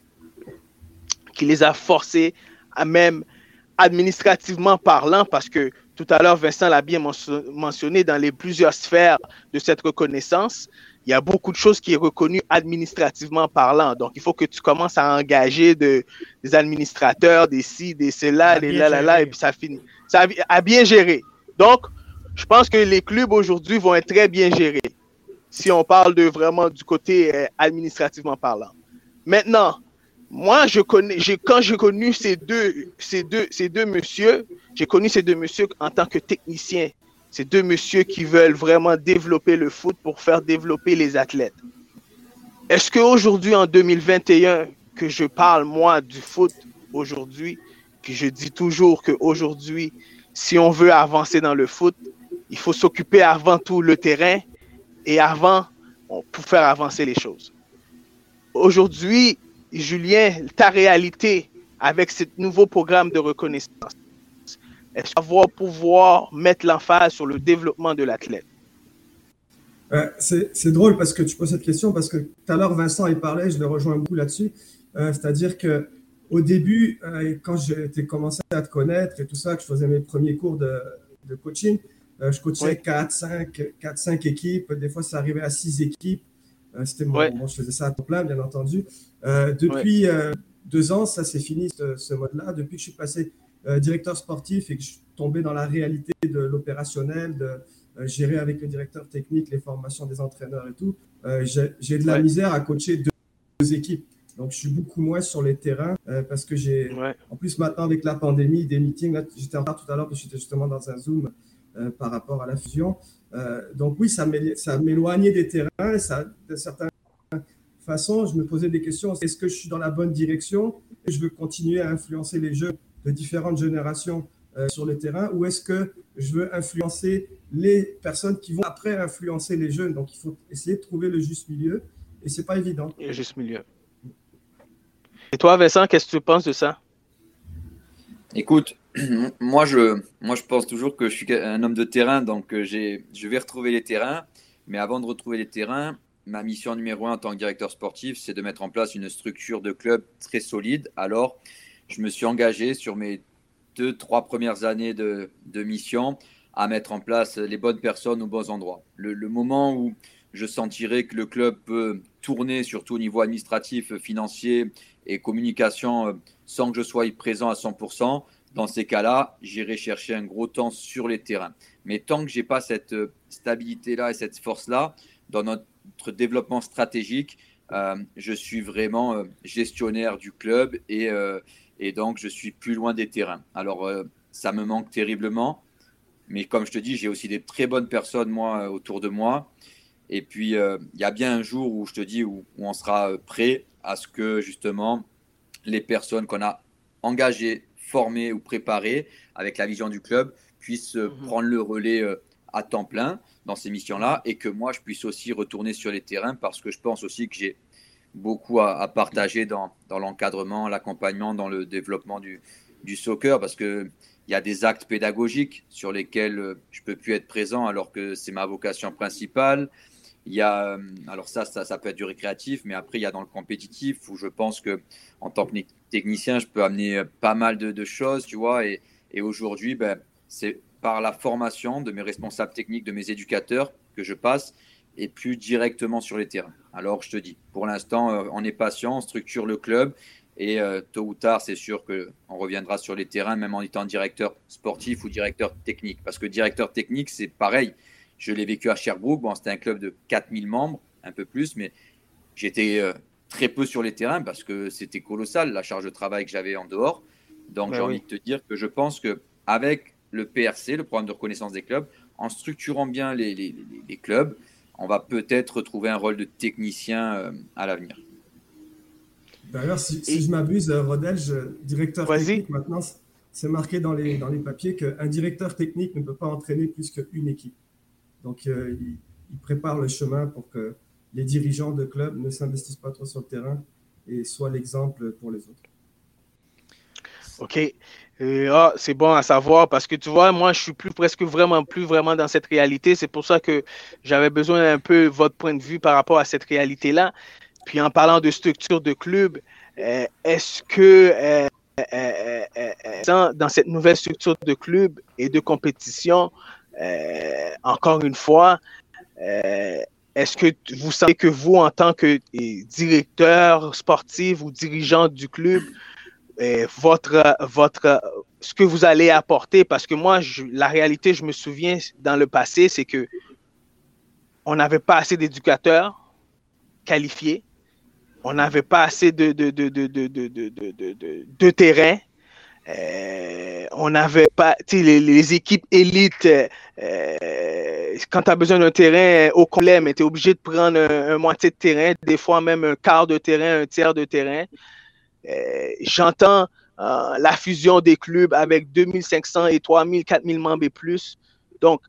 qui les a forcés à même administrativement parlant, parce que tout à l'heure, Vincent l'a bien mentionné, dans les plusieurs sphères de cette reconnaissance, il y a beaucoup de choses qui est reconnues administrativement parlant. Donc, il faut que tu commences à engager de, des administrateurs, des ci, des cela, des là, là, là, et puis ça finit. Ça a, a bien géré. Donc, je pense que les clubs aujourd'hui vont être très bien gérés, si on parle de vraiment du côté euh, administrativement parlant. Maintenant, moi, je connais, j'ai, quand j'ai connu ces deux, ces deux, ces deux messieurs, j'ai connu ces deux messieurs en tant que technicien. Ces deux messieurs qui veulent vraiment développer le foot pour faire développer les athlètes. Est-ce qu'aujourd'hui, en deux mille vingt et un, que je parle, moi, du foot aujourd'hui, puis je dis toujours qu'aujourd'hui, si on veut avancer dans le foot, il faut s'occuper avant tout le terrain et avant, pour faire avancer les choses. aujourd'hui, Julien, ta réalité avec ce nouveau programme de reconnaissance, est-ce qu'on va pouvoir mettre l'emphase sur le développement de l'athlète? Euh, c'est, c'est drôle parce que tu poses cette question parce que tout à l'heure, Vincent y parlait, je le rejoins beaucoup là-dessus. Euh, c'est-à-dire que au début, euh, quand j'ai commencé à te connaître et tout ça, que je faisais mes premiers cours de, de coaching, euh, je coachais oui. quatre, cinq équipes. Des fois, ça arrivait à six équipes. Euh, c'était mon, oui. Bon, je faisais ça à temps plein, bien entendu. Euh, depuis oui. euh, deux ans, ça c'est fini, ce, ce mode-là. Depuis que je suis passé euh, directeur sportif et que je suis tombé dans la réalité de l'opérationnel, de euh, gérer avec le directeur technique les formations des entraîneurs et tout, euh, j'ai, j'ai de la oui. misère à coacher deux, deux équipes. Donc, je suis beaucoup moins sur les terrains euh, parce que j'ai, ouais. en plus maintenant avec la pandémie, des meetings, là, j'étais en retard tout à l'heure parce que j'étais justement dans un Zoom euh, par rapport à la fusion. Euh, donc oui, ça, ça m'éloignait des terrains et ça, de certaines façons, je me posais des questions. Est-ce que je suis dans la bonne direction et je veux continuer à influencer les jeunes de différentes générations euh, sur le terrain ou est-ce que je veux influencer les personnes qui vont après influencer les jeunes? Donc, il faut essayer de trouver le juste milieu et c'est pas évident. Le juste milieu. Et toi, Vincent, qu'est-ce que tu penses de ça? Écoute, moi je, moi, je pense toujours que je suis un homme de terrain, donc j'ai, je vais retrouver les terrains. Mais avant de retrouver les terrains, ma mission numéro un en tant que directeur sportif, c'est de mettre en place une structure de club très solide. Alors, je me suis engagé sur mes deux, trois premières années de, de mission à mettre en place les bonnes personnes aux bons endroits. Le, le moment où je sentirai que le club peut tourner, surtout au niveau administratif, financier et communication, sans que je sois présent à cent pour cent. Dans ces cas-là, j'irai chercher un gros temps sur les terrains. Mais tant que je n'ai pas cette stabilité-là et cette force-là dans notre développement stratégique, euh, je suis vraiment euh, gestionnaire du club et, euh, et donc je suis plus loin des terrains. Alors, euh, ça me manque terriblement. Mais comme je te dis, j'ai aussi des très bonnes personnes, moi, autour de moi. Et puis, il euh, y a bien un jour où je te dis où, où on sera prêt à ce que, justement, les personnes qu'on a engagées, formées ou préparées avec la vision du club puissent mmh. prendre le relais euh, à temps plein dans ces missions-là et que moi, je puisse aussi retourner sur les terrains parce que je pense aussi que j'ai beaucoup à, à partager dans, dans l'encadrement, l'accompagnement, dans le développement du, du soccer parce qu'il y a des actes pédagogiques sur lesquels je ne peux plus être présent alors que c'est ma vocation principale. Il y a, alors ça, ça, ça peut être du récréatif, mais après, il y a dans le compétitif où je pense qu'en tant que technicien, je peux amener pas mal de, de choses, tu vois. Et, et aujourd'hui, ben, c'est par la formation de mes responsables techniques, de mes éducateurs que je passe et plus directement sur les terrains. Alors, je te dis, pour l'instant, on est patient, on structure le club et euh, tôt ou tard, c'est sûr qu'on reviendra sur les terrains, même en étant directeur sportif ou directeur technique. Parce que directeur technique, c'est pareil. Je l'ai vécu à Sherbrooke. Bon, c'était un club de quatre mille membres, un peu plus, mais j'étais euh, très peu sur les terrains parce que c'était colossal, la charge de travail que j'avais en dehors. Donc, ben j'ai oui. envie de te dire que je pense qu'avec le P R C, le programme de reconnaissance des clubs, en structurant bien les, les, les, les clubs, on va peut-être retrouver un rôle de technicien euh, à l'avenir. D'ailleurs, si, si je m'abuse, Rodel, je, directeur Vas-y. technique, maintenant, c'est marqué dans les, dans les papiers qu'un directeur technique ne peut pas entraîner plus qu'une équipe. Donc, euh, il, il prépare le chemin pour que les dirigeants de clubs ne s'investissent pas trop sur le terrain et soient l'exemple pour les autres. OK. Euh, ah, c'est bon à savoir parce que tu vois, moi, je suis plus presque vraiment plus vraiment dans cette réalité. C'est pour ça que j'avais besoin un peu votre point de vue par rapport à cette réalité-là. Puis en parlant de structure de club, euh, est-ce que euh, euh, euh, euh, dans cette nouvelle structure de club et de compétition, Euh, encore une fois, euh, est-ce que vous sentez que vous, en tant que eh, directeur sportif ou dirigeant du club, eh, votre, votre, ce que vous allez apporter, parce que moi, je, la réalité, je me souviens dans le passé, c'est que on n'avait pas assez d'éducateurs qualifiés, on n'avait pas assez de, de, de, de, de, de, de, de, de, de terrain. Euh, on n'avait pas, tu sais, les, les équipes élites, euh, quand tu as besoin d'un terrain au complet, mais tu es obligé de prendre un, un moitié de terrain, des fois même un quart de terrain, un tiers de terrain. Euh, j'entends euh, la fusion des clubs avec deux mille cinq cents et trois mille, quatre mille membres et plus. Donc,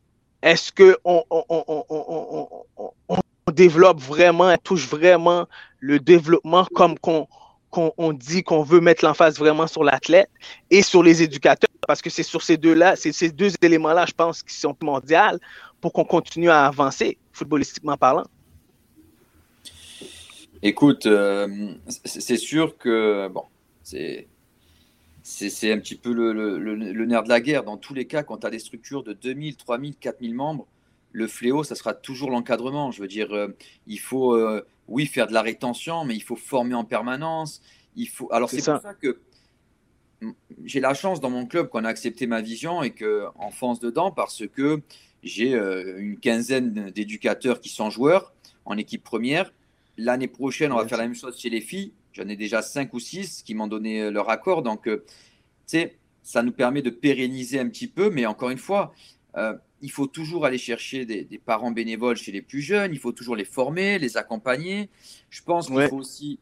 est-ce qu'on on, on, on, on, on, on développe vraiment, on touche vraiment le développement comme qu'on, qu'on on dit qu'on veut mettre l'emphase vraiment sur l'athlète et sur les éducateurs, parce que c'est sur ces deux-là, c'est ces deux éléments-là, je pense, qui sont primordiaux pour qu'on continue à avancer, footballistiquement parlant. Écoute, euh, c'est sûr que bon, c'est, c'est, c'est un petit peu le, le, le nerf de la guerre. Dans tous les cas, quand tu as des structures de deux mille, trois mille, quatre mille membres, le fléau, ça sera toujours l'encadrement. Je veux dire, euh, il faut, euh, oui, faire de la rétention, mais il faut former en permanence. Il faut... Alors, c'est, c'est pour ça que j'ai la chance dans mon club qu'on a accepté ma vision et qu'on fonce dedans parce que j'ai euh, une quinzaine d'éducateurs qui sont joueurs en équipe première. L'année prochaine, on va faire la même chose chez les filles. J'en ai déjà cinq ou six qui m'ont donné leur accord. Donc, euh, tu sais, ça nous permet de pérenniser un petit peu. Mais encore une fois, euh, il faut toujours aller chercher des, des parents bénévoles chez les plus jeunes. Il faut toujours les former, les accompagner. Je pense qu'il ouais. faut aussi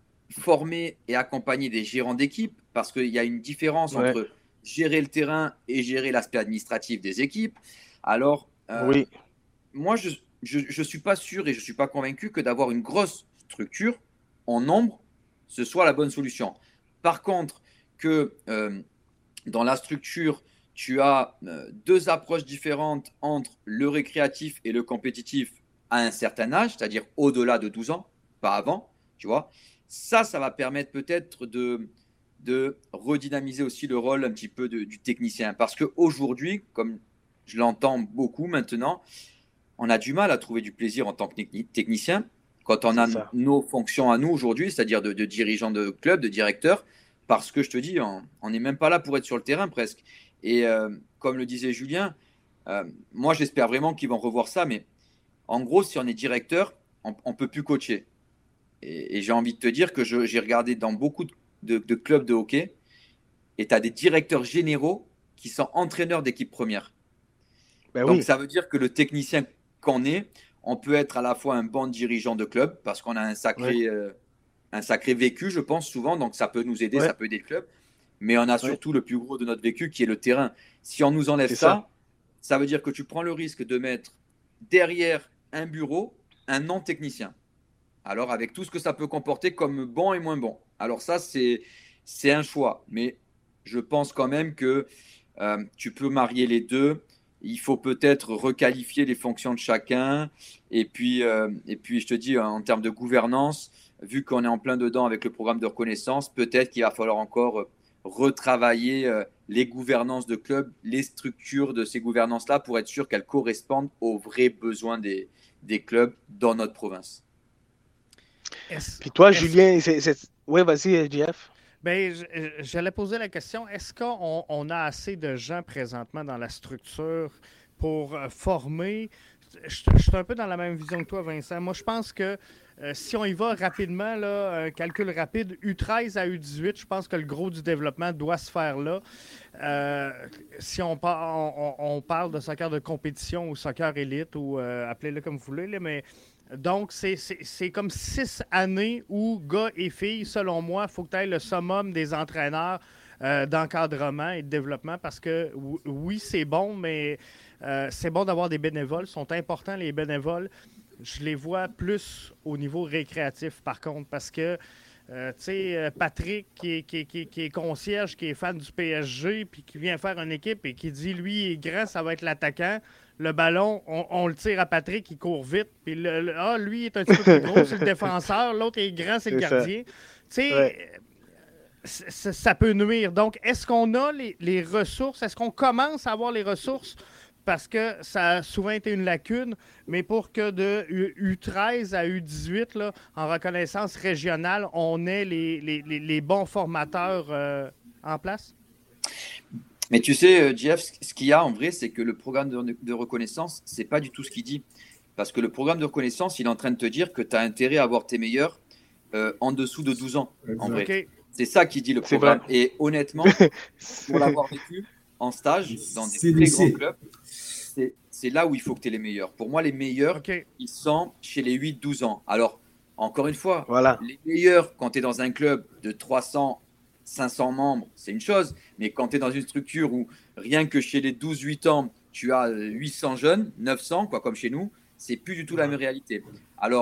former et accompagner des gérants d'équipe parce qu'il y a une différence ouais. entre gérer le terrain et gérer l'aspect administratif des équipes. Alors, euh, oui. moi, je Je ne suis pas sûr et je ne suis pas convaincu que d'avoir une grosse structure en nombre, ce soit la bonne solution. Par contre, que euh, dans la structure, tu as euh, deux approches différentes entre le récréatif et le compétitif à un certain âge, c'est-à-dire au-delà de douze ans, pas avant, tu vois. Ça, ça va permettre peut-être de, de redynamiser aussi le rôle un petit peu de, du technicien. Parce qu'aujourd'hui, comme je l'entends beaucoup maintenant, on a du mal à trouver du plaisir en tant que technicien quand on a n- nos fonctions à nous aujourd'hui, c'est-à-dire de, de dirigeant de club, de directeur, parce que je te dis, on n'est même pas là pour être sur le terrain presque. Et euh, comme le disait Julien, euh, moi j'espère vraiment qu'ils vont revoir ça, mais en gros, si on est directeur, on ne peut plus coacher. Et, et j'ai envie de te dire que je, j'ai regardé dans beaucoup de, de, de clubs de hockey, et tu as des directeurs généraux qui sont entraîneurs d'équipe première. Ben Donc oui. ça veut dire que le technicien qu'on est, on peut être à la fois un bon dirigeant de club parce qu'on a un sacré, ouais. euh, un sacré vécu, je pense, souvent. Donc, ça peut nous aider, ouais. ça peut aider le club. Mais on a surtout ouais. le plus gros de notre vécu qui est le terrain. Si on nous enlève ça, ça, ça veut dire que tu prends le risque de mettre derrière un bureau un non-technicien. Alors, avec tout ce que ça peut comporter comme bon et moins bon. Alors, ça, c'est, c'est un choix. Mais je pense quand même que euh, tu peux marier les deux. Il faut peut-être requalifier les fonctions de chacun. Et puis, euh, et puis, je te dis, en termes de gouvernance, vu qu'on est en plein dedans avec le programme de reconnaissance, peut-être qu'il va falloir encore retravailler euh, les gouvernances de clubs, les structures de ces gouvernances-là pour être sûr qu'elles correspondent aux vrais besoins des, des clubs dans notre province. Est-ce, puis toi, est-ce... Julien, c'est, c'est... oui, vas-y, Jeff. Bien, j'allais poser la question, est-ce qu'on on a assez de gens présentement dans la structure pour former? Je, je suis un peu dans la même vision que toi, Vincent. Moi, je pense que euh, si on y va rapidement, là, un calcul rapide, U treize à U dix-huit, je pense que le gros du développement doit se faire là. Euh, si on, par, on, on parle de soccer de compétition ou soccer élite, ou euh, appelez-le comme vous voulez, là, mais... Donc, c'est, c'est, c'est comme six années où gars et filles, selon moi, il faut que tu aies le summum des entraîneurs euh, d'encadrement et de développement parce que oui, c'est bon, mais euh, c'est bon d'avoir des bénévoles. Ils sont importants, les bénévoles. Je les vois plus au niveau récréatif, par contre, parce que, euh, tu sais, Patrick, qui est, qui, qui, qui est concierge, qui est fan du P S G, puis qui vient faire une équipe et qui dit, lui, il est grand, ça va être l'attaquant. Le ballon, on, on le tire à Patrick, il court vite. Puis le, le, ah, lui, il est un petit peu plus gros, c'est le défenseur. L'autre est grand, c'est, c'est le gardien. Tu sais, ouais. ça, ça peut nuire. Donc, est-ce qu'on a les, les ressources? Est-ce qu'on commence à avoir les ressources? Parce que ça a souvent été une lacune, mais pour que de U treize à U dix-huit, là, en reconnaissance régionale, on ait les, les, les, les bons formateurs euh, en place? Mais tu sais, Jeff, ce qu'il y a en vrai, c'est que le programme de, de reconnaissance, ce n'est pas du tout ce qu'il dit. Parce que le programme de reconnaissance, il est en train de te dire que tu as intérêt à avoir tes meilleurs euh, en dessous de douze ans, exact. En vrai. Okay. C'est ça qu'il dit le programme. Et honnêtement, pour l'avoir vécu en stage dans des c'est très lycée. Grands clubs, c'est, c'est là où il faut que tu aies les meilleurs. Pour moi, les meilleurs, okay. ils sont chez les huit douze ans. Alors, encore une fois, voilà. Les meilleurs, quand tu es dans un club de trois cents, cinq cents membres, c'est une chose. Mais quand tu es dans une structure où rien que chez les douze huit ans, tu as huit cents jeunes, neuf cents, quoi, comme chez nous, c'est plus du tout la même réalité. Alors,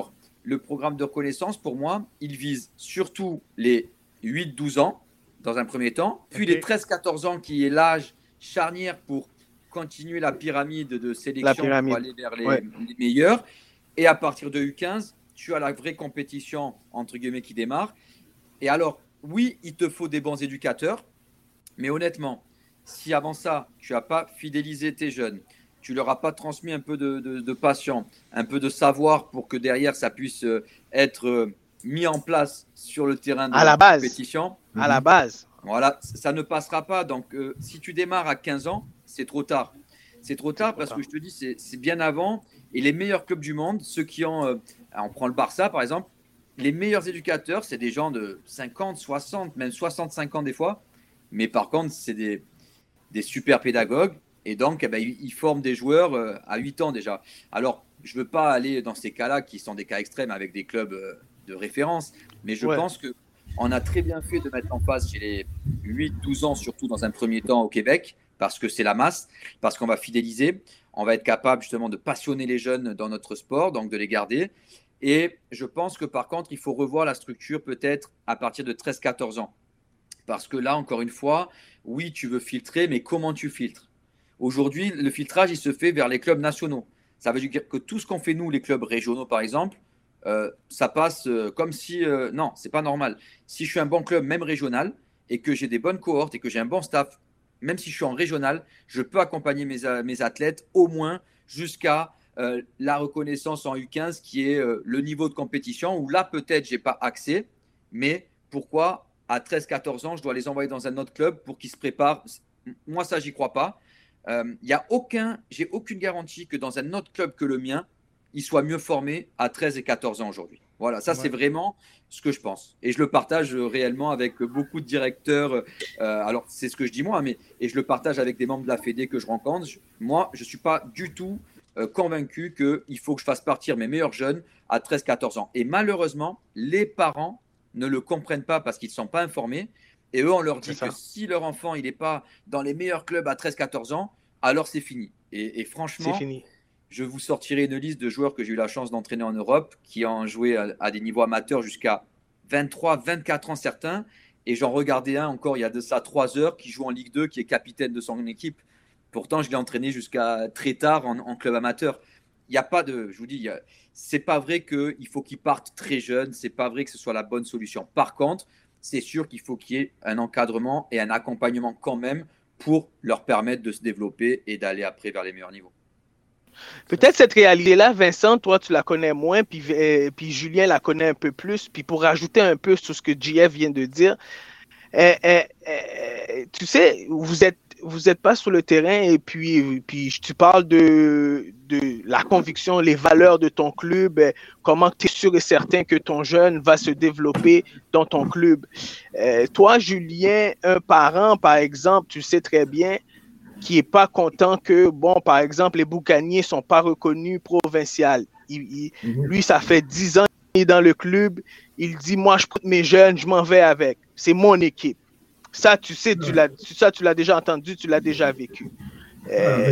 le programme de reconnaissance, pour moi, il vise surtout les huit douze ans, dans un premier temps, puis okay. les treize quatorze ans, qui est l'âge charnière pour continuer la pyramide de sélection pyramide. pour aller vers les, ouais. les meilleurs. Et à partir de U quinze, tu as la vraie compétition, entre guillemets, qui démarre. Et alors, oui, il te faut des bons éducateurs, mais honnêtement, si avant ça, tu n'as pas fidélisé tes jeunes, tu leur as pas transmis un peu de, de, de passion, un peu de savoir pour que derrière, ça puisse être mis en place sur le terrain de à la compétition. Base. À la base. Voilà, ça ne passera pas. Donc, euh, si tu démarres à quinze ans, c'est trop tard. C'est trop tard parce que je te dis, c'est, c'est bien avant. Et les meilleurs clubs du monde, ceux qui ont… Euh, on prend le Barça, par exemple. Les meilleurs éducateurs, c'est des gens de cinquante, soixante, même soixante-cinq ans des fois. Mais par contre, c'est des, des super pédagogues. Et donc, eh ben, ils forment des joueurs euh, à huit ans déjà. Alors, je ne veux pas aller dans ces cas-là qui sont des cas extrêmes avec des clubs euh, de référence. Mais je ouais. pense qu'on a très bien fait de mettre en face chez les huit douze ans, surtout dans un premier temps au Québec, parce que c'est la masse, parce qu'on va fidéliser. On va être capable justement de passionner les jeunes dans notre sport, donc de les garder. Et je pense que par contre, il faut revoir la structure peut-être à partir de treize quatorze ans. Parce que là, encore une fois, oui, tu veux filtrer, mais comment tu filtres ? Aujourd'hui, le filtrage, il se fait vers les clubs nationaux. Ça veut dire que tout ce qu'on fait, nous, les clubs régionaux, par exemple, euh, ça passe euh, comme si… Euh, non, ce n'est pas normal. Si je suis un bon club, même régional, et que j'ai des bonnes cohortes et que j'ai un bon staff, même si je suis en régional, je peux accompagner mes, mes athlètes au moins jusqu'à euh, la reconnaissance en U quinze, qui est euh, le niveau de compétition, où là, peut-être, je n'ai pas accès. Mais pourquoi, à treize quatorze ans, je dois les envoyer dans un autre club pour qu'ils se préparent ? Moi, ça, j'y crois pas. Il euh, y a aucun, j'ai aucune garantie que dans un autre club que le mien, il soit mieux formé à treize et quatorze ans aujourd'hui. Voilà, ça ouais. c'est vraiment ce que je pense. Et je le partage réellement avec beaucoup de directeurs. Euh, alors, c'est ce que je dis moi, mais et je le partage avec des membres de la Fédé que je rencontre. Je, moi, je ne suis pas du tout euh, convaincu qu'il faut que je fasse partir mes meilleurs jeunes à treize quatorze ans. Et malheureusement, les parents ne le comprennent pas parce qu'ils ne sont pas informés. Et eux, on leur dit que si leur enfant il n'est pas dans les meilleurs clubs à treize quatorze ans, alors c'est fini. Et, et franchement, c'est fini. Je vous sortirai une liste de joueurs que j'ai eu la chance d'entraîner en Europe, qui ont joué à, à des niveaux amateurs jusqu'à vingt-trois, vingt-quatre ans certains. Et j'en regardais un encore il y a de ça trois heures qui joue en Ligue deux, qui est capitaine de son équipe. Pourtant, je l'ai entraîné jusqu'à très tard en, en club amateur. Il n'y a pas de… Je vous dis, ce n'est pas vrai qu'il faut qu'ils partent très jeunes. Ce n'est pas vrai que ce soit la bonne solution. Par contre, c'est sûr qu'il faut qu'il y ait un encadrement et un accompagnement quand même pour leur permettre de se développer et d'aller après vers les meilleurs niveaux. Peut-être cette réalité-là, Vincent, toi, tu la connais moins, puis, euh, puis Julien la connaît un peu plus. Puis pour rajouter un peu sur ce que J F vient de dire, euh, euh, euh, tu sais, vous êtes vous êtes pas sur le terrain et puis, puis tu parles de, de la conviction, les valeurs de ton club, comment tu es sûr et certain que ton jeune va se développer dans ton club. Euh, toi, Julien, un parent, par exemple, tu sais très bien, qui n'est pas content que, bon, par exemple, les boucaniers ne sont pas reconnus provincial. Il, il, mm-hmm. Lui, ça fait dix ans qu'il est dans le club. Il dit, moi, je prends mes jeunes, je m'en vais avec. C'est mon équipe. Ça, tu sais, tu l'as, ça, tu l'as déjà entendu, tu l'as déjà vécu. Euh,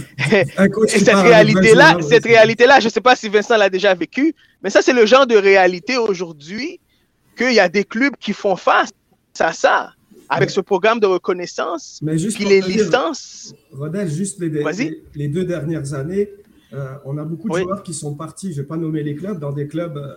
et cette réalité-là, cette réalité-là, je ne sais pas si Vincent l'a déjà vécu, mais ça, c'est le genre de réalité aujourd'hui qu'il y a des clubs qui font face à ça. Avec ce programme de reconnaissance, mais juste puis les licences. Rodel, juste les, les, les deux dernières années, euh, on a beaucoup de oui. joueurs qui sont partis, je ne vais pas nommer les clubs, dans des clubs euh,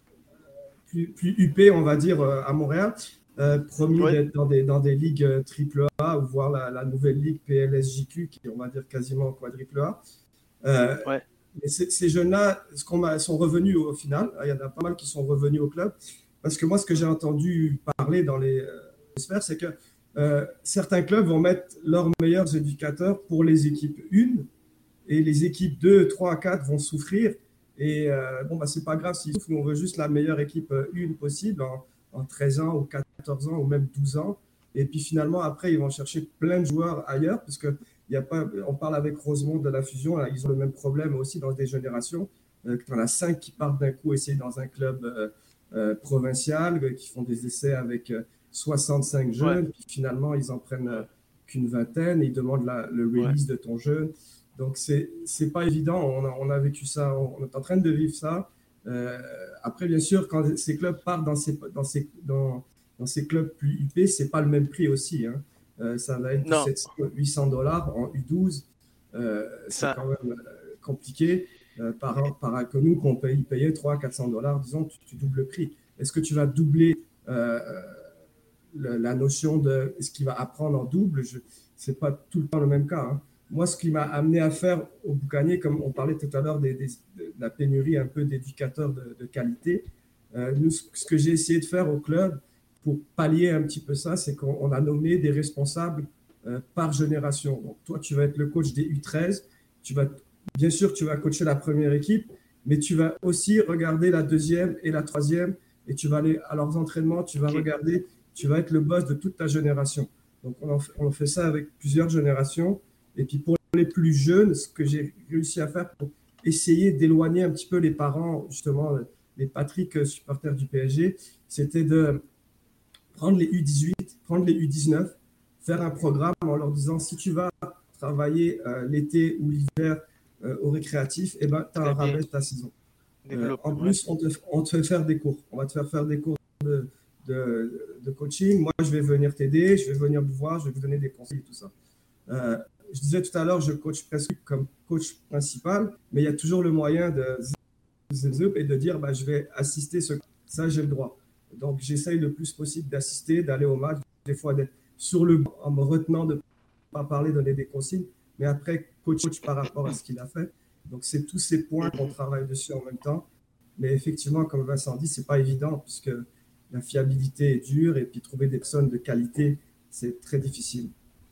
plus, plus huppés, on va dire, euh, à Montréal, euh, promis oui. d'être dans des, dans des ligues euh, triple A ou voir la, la nouvelle ligue P L S J Q, qui est, on va dire, quasiment quadruple A. Euh, ouais. Et c- ces jeunes-là ce qu'on a, sont revenus au, au final. Il y en a pas mal qui sont revenus au club. Parce que moi, ce que j'ai entendu parler dans les… Euh, c'est que euh, certains clubs vont mettre leurs meilleurs éducateurs pour les équipes un et les équipes deux, trois, quatre vont souffrir. Et euh, bon, bah, c'est pas grave s'ils souffrent, nous on veut juste la meilleure équipe un possible en, en treize ans ou quatorze ans ou même douze ans. Et puis finalement, après, ils vont chercher plein de joueurs ailleurs, parce que y a pas, on parle avec Rosemont de la fusion, là, ils ont le même problème aussi dans des générations. Euh, tu en as cinq qui partent d'un coup essayer dans un club euh, euh, provincial, euh, qui font des essais avec. Euh, soixante-cinq jeunes, ouais. Puis finalement, ils en prennent euh, qu'une vingtaine et ils demandent la, le release ouais. de ton jeune. Donc, c'est c'est pas évident. On a, on a vécu ça. On est en train de vivre ça. Euh, après, bien sûr, quand ces clubs partent dans ces, dans ces, dans, dans ces clubs plus huppés, ce n'est pas le même prix aussi. Hein. Euh, ça va être du sept cents, huit cents dollars en U douze. Euh, c'est ça. Quand même euh, compliqué. Euh, par, par que nous, qu'on paye, payait trois cents, quatre cents dollars, disons, tu, tu doubles le prix. Est-ce que tu vas doubler euh, le, la notion de ce qu'il va apprendre en double? Ce n'est pas tout le temps le même cas. Hein. Moi, ce qui m'a amené à faire au Boucanier, comme on parlait tout à l'heure des, des, de la pénurie un peu d'éducateurs de, de qualité, euh, nous, ce que j'ai essayé de faire au club pour pallier un petit peu ça, c'est qu'on a nommé des responsables euh, par génération. Donc, toi, tu vas être le coach des U treize, tu vas Bien sûr, tu vas coacher la première équipe, mais tu vas aussi regarder la deuxième et la troisième et tu vas aller à leurs entraînements, tu vas okay. regarder, tu vas être le boss de toute ta génération. Donc, on, en fait, on fait ça avec plusieurs générations. Et puis, pour les plus jeunes, ce que j'ai réussi à faire pour essayer d'éloigner un petit peu les parents, justement, les Patrick supporters du P S G, c'était de prendre les U dix-huit, prendre les U dix-neuf, faire un programme en leur disant si tu vas travailler euh, l'été ou l'hiver Euh, au récréatif, eh ben, tu as un rabais de ta saison. Euh, en plus, on te, on te fait faire des cours. On va te faire faire des cours de, de, de coaching. Moi, je vais venir t'aider, je vais venir vous voir, je vais vous donner des conseils et tout ça. Euh, je disais tout à l'heure, je coach presque comme coach principal, mais il y a toujours le moyen de zip et de dire bah, je vais assister ce ça, j'ai le droit. Donc, j'essaye le plus possible d'assister, d'aller au match, des fois d'être sur le banc en me retenant de ne pas parler, donner des consignes. Mais après, coach, coach par rapport à ce qu'il a fait. Donc, c'est tous ces points qu'on travaille dessus en même temps. Mais effectivement, comme Vincent dit, ce n'est pas évident puisque la fiabilité est dure et puis trouver des personnes de qualité, c'est très difficile.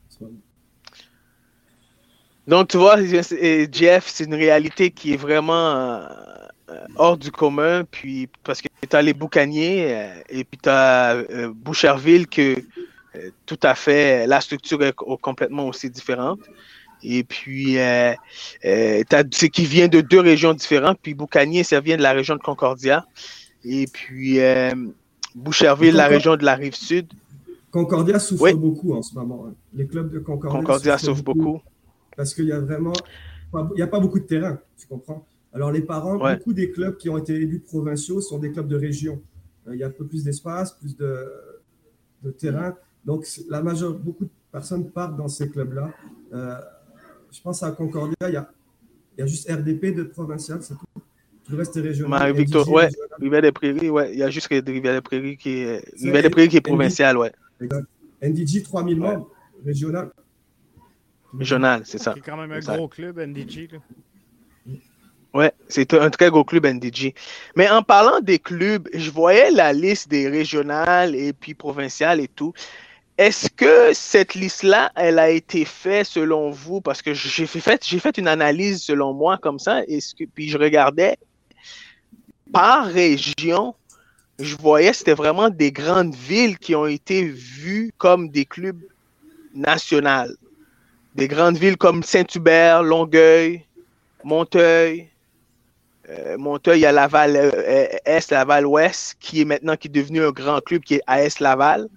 Donc, tu vois, Jeff, c'est une réalité qui est vraiment euh, hors du commun. Puis, parce que tu as les Boucaniers euh, et puis tu as euh, Boucherville que euh, tout à fait, la structure est complètement aussi différente. Et puis, euh, euh, c'est qui vient de deux régions différentes. Puis Boucanier, ça vient de la région de Concordia. Et puis, euh, Boucherville, Concord... la région de la Rive-Sud. Concordia souffre oui. beaucoup en ce moment. Hein. Les clubs de Concordia, Concordia souffrent beaucoup, beaucoup. Parce qu'il y a vraiment... Il n'y a pas beaucoup de terrain, tu comprends? Alors, les parents, ouais. beaucoup des clubs qui ont été élus provinciaux sont des clubs de région. Il y a un peu plus d'espace, plus de, de terrain. Donc, la majeure, beaucoup de personnes partent dans ces clubs-là. Euh, Je pense à Concordia, il y a, il y a juste R D P de provincial, c'est tout. Tout le reste est régional. Marie-Victor, ouais. Rivière-des-Prairies, ouais. Il y a juste Rivière-des-Prairies qui est, Rivière-des-Prairies qui est provincial, ouais. Exact. N D G, trois mille membres, ouais. Régional. Régional, c'est ça. C'est quand même un c'est gros ça. club, N D G. Là. Ouais, c'est un très gros club N D G. Mais en parlant des clubs, je voyais la liste des régionales et puis provinciales et tout. Est-ce que cette liste-là, elle a été faite selon vous? Parce que j'ai fait, j'ai fait une analyse selon moi comme ça, est-ce que, puis je regardais par région, je voyais c'était vraiment des grandes villes qui ont été vues comme des clubs nationaux. Des grandes villes comme Saint-Hubert, Longueuil, Monteuil. Euh, Monteuil, il y a Laval euh, Est, Laval Ouest, qui est maintenant qui est devenu un grand club qui est A S Laval.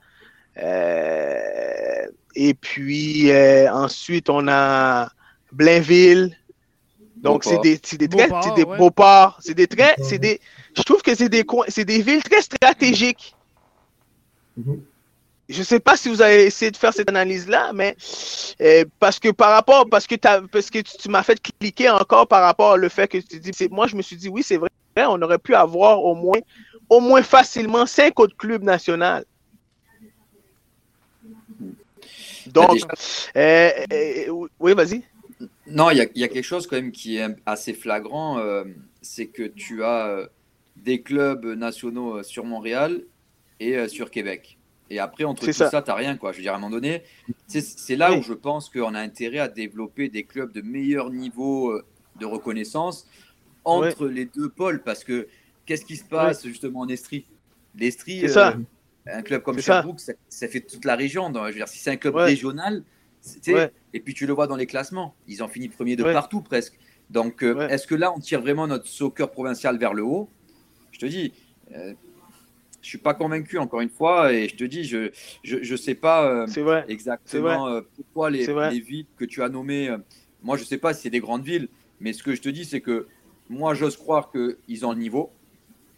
Euh, et puis euh, ensuite on a Blainville, donc c'est des, c'est des très, c'est des ouais. Beauport, c'est des très, c'est des, je trouve que c'est des coins, c'est des villes très stratégiques. Mm-hmm. Je sais pas si vous avez essayé de faire cette analyse là, mais euh, parce que par rapport, parce que t'as, parce que tu, tu m'as fait cliquer encore par rapport au fait que tu dis, c'est, moi je me suis dit oui c'est vrai, on aurait pu avoir au moins, au moins facilement cinq autres clubs nationaux. Donc, euh, euh, oui, vas-y. Non, il y, y a quelque chose quand même qui est assez flagrant, euh, c'est que tu as euh, des clubs nationaux sur Montréal et euh, sur Québec. Et après, entre c'est tout ça, ça tu n'as rien, quoi. Je veux dire, à un moment donné, c'est, c'est là oui. où je pense qu'on a intérêt à développer des clubs de meilleur niveau euh, de reconnaissance entre oui. les deux pôles, parce que qu'est-ce qui se passe oui. justement en Estrie? L'Estrie, c'est euh, ça. Un club comme Sherbrooke, ça. Ça, ça fait toute la région. Donc, je veux dire, si c'est un club ouais. régional, ouais. et puis tu le vois dans les classements, ils ont fini premier de ouais. partout presque. Donc, euh, ouais. est-ce que là, on tire vraiment notre soccer provincial vers le haut? Je te dis, euh, je suis pas convaincu encore une fois, et je te dis, je je, je sais pas euh, exactement euh, pourquoi les, les villes que tu as nommées. Euh, moi, je sais pas si c'est des grandes villes, mais ce que je te dis, c'est que moi, j'ose croire qu'ils ont le niveau.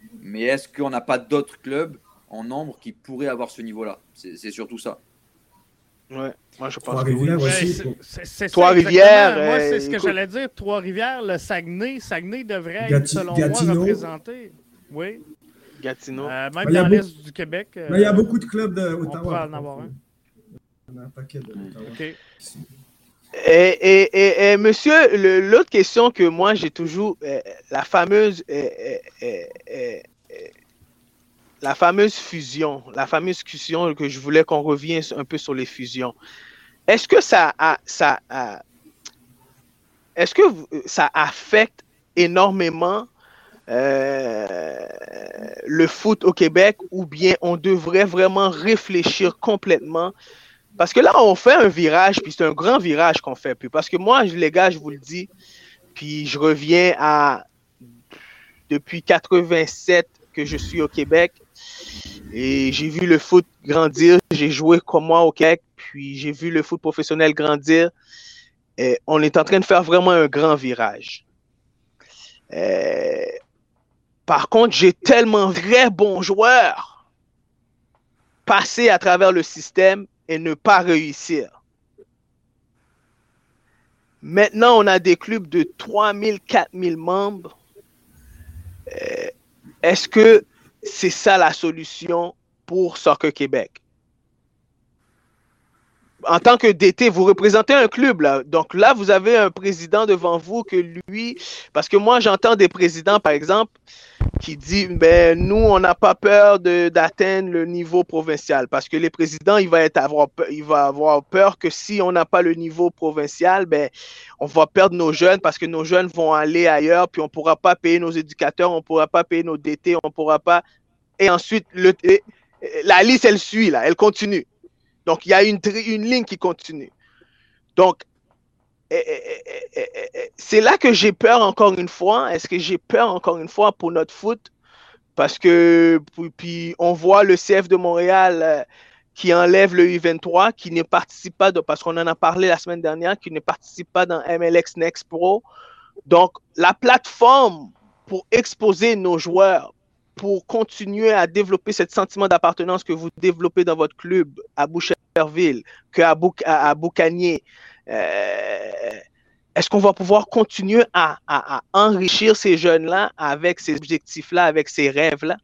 Mais est-ce qu'on n'a pas d'autres clubs en nombre qui pourraient avoir ce niveau-là? C'est, c'est surtout ça. Ouais, moi je pense que Trois-Rivières oui. aussi. Ouais, c'est, c'est Trois-Rivières. Moi, c'est euh, ce que écoute, j'allais dire. Trois-Rivières, le Saguenay. Saguenay devrait Gati- être, selon Gatineau. moi, représenté. Oui. Gatineau. Euh, même Il y a dans beaucoup- l'Est du Québec. euh, Mais il y a beaucoup de clubs on d'Ottawa. pourrait en avoir un. Il y en a un paquet d'Ottawa. OK. Et, et, et, et monsieur, le- l'autre question que moi j'ai toujours, euh, la fameuse, euh, euh, euh, euh, euh, la fameuse fusion, la fameuse fusion que je voulais qu'on revienne un peu sur les fusions. Est-ce que ça, a, ça, a, est-ce que vous- ça affecte énormément euh, le foot au Québec, ou bien on devrait vraiment réfléchir complètement? Parce que là, on fait un virage, puis c'est un grand virage qu'on fait. Puis parce que moi, les gars, je vous le dis, puis je reviens à depuis quatre-vingt-sept que je suis au Québec, et j'ai vu le foot grandir. J'ai joué comme moi au Québec, puis j'ai vu le foot professionnel grandir. Et on est en train de faire vraiment un grand virage. Euh, par contre, j'ai tellement de vrais bons joueurs passer à travers le système et ne pas réussir. Maintenant, on a des clubs de trois mille, quatre mille membres. Euh, est-ce que c'est ça la solution pour Soccer Québec? En tant que D T, vous représentez un club, là. Donc là, vous avez un président devant vous que lui... Parce que moi, j'entends des présidents, par exemple, qui disent, ben, nous, on n'a pas peur de, d'atteindre le niveau provincial. Parce que les présidents, il va, être avoir, peur, il va avoir peur que si on n'a pas le niveau provincial, ben, on va perdre nos jeunes parce que nos jeunes vont aller ailleurs, puis on ne pourra pas payer nos éducateurs, on ne pourra pas payer nos D T, on ne pourra pas... Et ensuite, le, la liste, elle suit, là, elle continue. Donc, il y a une, une ligne qui continue. Donc, eh, eh, eh, eh, c'est là que j'ai peur encore une fois. Est-ce que j'ai peur encore une fois pour notre foot? Parce que, puis, on voit le C F de Montréal euh, qui enlève le U vingt-trois, qui ne participe pas, de, parce qu'on en a parlé la semaine dernière, qui ne participe pas dans M L X Next Pro. Donc, la plateforme pour exposer nos joueurs, pour continuer à développer ce sentiment d'appartenance que vous développez dans votre club à Boucherville, qu'à Bou- à, à Boucanier, euh, est-ce qu'on va pouvoir continuer à, à, à enrichir ces jeunes-là avec ces objectifs-là, avec ces rêves-là?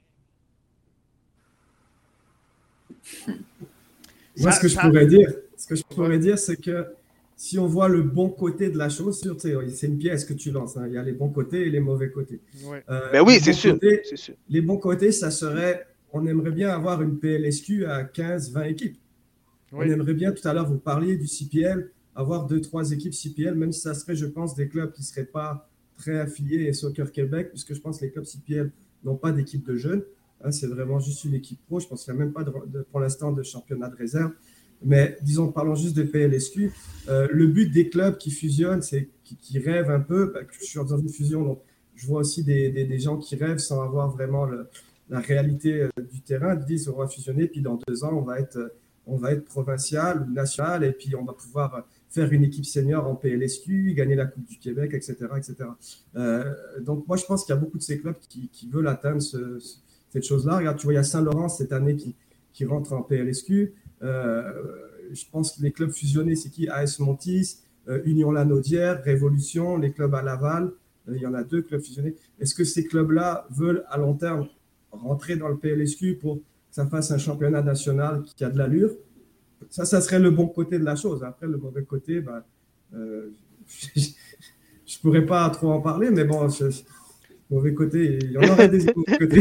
Moi, ce que je pourrais dire, ce que je pourrais dire, c'est que si on voit le bon côté de la chose, c'est une pièce que tu lances. Hein. Il y a les bons côtés et les mauvais côtés. Ouais. Euh, ben oui, c'est sûr, côtés, sûr. Les bons côtés, ça serait, on aimerait bien avoir une P L S Q à quinze vingt équipes. Oui. On aimerait bien, tout à l'heure, vous parliez du C P L, avoir deux, trois équipes C P L, même si ça serait, je pense, des clubs qui ne seraient pas très affiliés à Soccer Québec, puisque je pense que les clubs C P L n'ont pas d'équipe de jeunes. Hein, c'est vraiment juste une équipe pro. Je pense qu'il n'y a même pas, de, de, pour l'instant, de championnat de réserve. Mais disons, parlons juste de P L S Q. Euh, le but des clubs qui fusionnent, c'est qui, qui rêvent un peu. Bah, je suis dans une fusion, donc je vois aussi des, des, des gens qui rêvent sans avoir vraiment le, la réalité euh, du terrain. Ils disent on va fusionner, puis dans deux ans, on va être, euh, on va être provincial ou national, et puis on va pouvoir faire une équipe senior en P L S Q, gagner la Coupe du Québec, et cetera, et cetera. Euh, donc moi, je pense qu'il y a beaucoup de ces clubs qui, qui veulent atteindre ce, ce, cette chose-là. Regarde, tu vois, il y a Saint-Laurent cette année qui, qui rentre en P L S Q. Euh, je pense que les clubs fusionnés, c'est qui? A S Montis, euh, Union Lanaudière, Révolution, les clubs à Laval. Euh, il y en a deux clubs fusionnés. Est-ce que ces clubs-là veulent à long terme rentrer dans le P L S Q pour que ça fasse un championnat national qui a de l'allure? Ça, ça serait le bon côté de la chose. Après, le mauvais côté, ben, euh, je ne pourrais pas trop en parler, mais bon, je, mauvais côté, il y en aurait des mauvais côtés.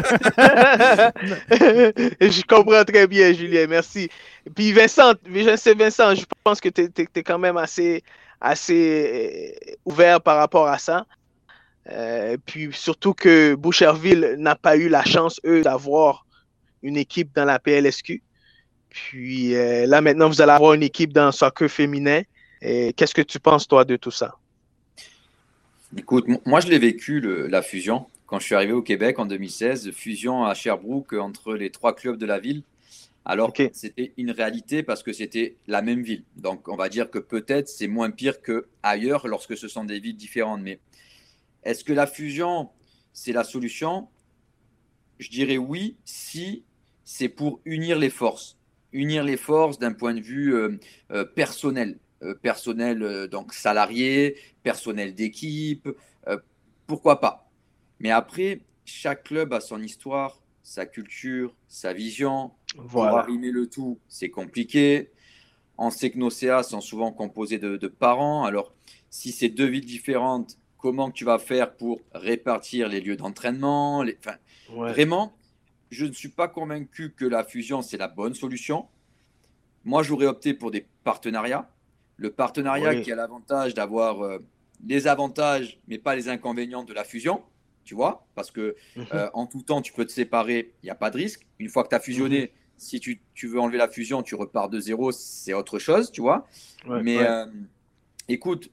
Je comprends très bien, Julien, merci. Puis Vincent, Vincent, je pense que tu es quand même assez, assez ouvert par rapport à ça. Euh, puis surtout que Boucherville n'a pas eu la chance, eux, d'avoir une équipe dans la P L S Q. Puis euh, là, maintenant, vous allez avoir une équipe dans le soccer féminin. Qu'est-ce que tu penses, toi, de tout ça? Écoute, moi je l'ai vécu, le, la fusion, quand je suis arrivé au Québec en deux mille seize, fusion à Sherbrooke entre les trois clubs de la ville. Alors okay. C'était une réalité parce que c'était la même ville. Donc on va dire que peut-être c'est moins pire qu'ailleurs lorsque ce sont des villes différentes. Mais est-ce que la fusion, c'est la solution? je dirais oui si c'est pour unir les forces. Unir les forces d'un point de vue euh, euh, personnel. Euh, personnel, euh, donc salarié, personnel d'équipe, euh, pourquoi pas. Mais après, chaque club a son histoire, sa culture, sa vision. Voilà. Pour arrimer le tout, c'est compliqué. On sait que nos C A sont souvent composés de, de parents. Alors, si c'est deux villes différentes, comment tu vas faire pour répartir les lieux d'entraînement les... Enfin, ouais. Vraiment, je ne suis pas convaincu que la fusion, c'est la bonne solution. Moi, j'aurais opté pour des partenariats. Le partenariat oui. qui a l'avantage d'avoir euh, les avantages, mais pas les inconvénients de la fusion, tu vois, parce que mm-hmm. euh, en tout temps, tu peux te séparer, il n'y a pas de risque. Une fois que tu as fusionné, mm-hmm. si tu, tu veux enlever la fusion, tu repars de zéro, c'est autre chose, tu vois. Ouais, mais ouais. Euh, écoute,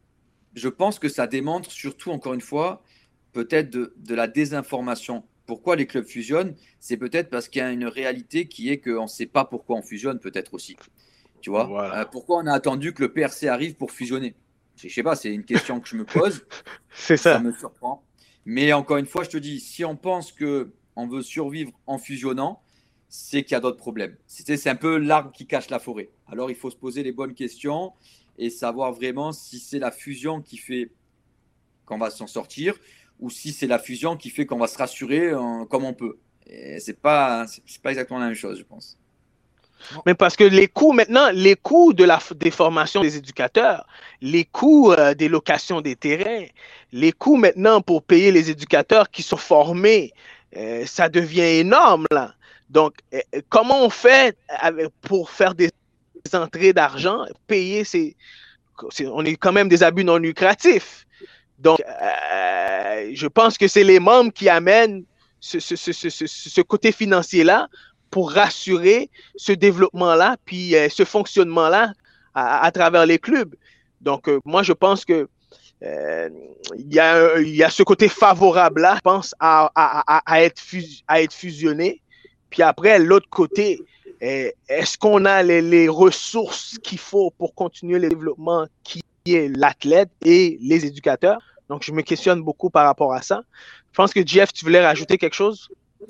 je pense que ça démontre surtout, encore une fois, peut-être de, de la désinformation. Pourquoi les clubs fusionnent? C'est peut-être parce qu'il y a une réalité qui est qu'on ne sait pas pourquoi on fusionne, peut-être aussi. Tu vois, voilà. euh, pourquoi on a attendu que le P R C arrive pour fusionner? Je ne sais pas, c'est une question que je me pose. C'est ça. Ça me surprend. Mais encore une fois, je te dis, si on pense qu'on veut survivre en fusionnant, c'est qu'il y a d'autres problèmes. C'est, c'est un peu l'arbre qui cache la forêt. Alors, il faut se poser les bonnes questions et savoir vraiment si c'est la fusion qui fait qu'on va s'en sortir ou si c'est la fusion qui fait qu'on va se rassurer euh, comme on peut. Et ce n'est pas, c'est pas exactement la même chose, je pense. Mais parce que les coûts maintenant, les coûts de la des formations des éducateurs, les coûts euh, des locations des terrains, les coûts maintenant pour payer les éducateurs qui sont formés, euh, ça devient énorme là. Donc, euh, comment on fait avec, pour faire des entrées d'argent, payer ces, c'est, on est quand même des abus non lucratifs. Donc, euh, je pense que c'est les membres qui amènent ce, ce, ce, ce, ce, ce côté financier là. Pour rassurer ce développement-là, puis euh, ce fonctionnement-là à, à travers les clubs. Donc, euh, moi, je pense que euh, il y a, il y a ce côté favorable-là, je pense, à, à, à, à, être, fus, à être fusionné. Puis après, l'autre côté, euh, est-ce qu'on a les, les ressources qu'il faut pour continuer le développement qui est l'athlète et les éducateurs? Donc, je me questionne beaucoup par rapport à ça. Je pense que Jeff, tu voulais rajouter quelque chose?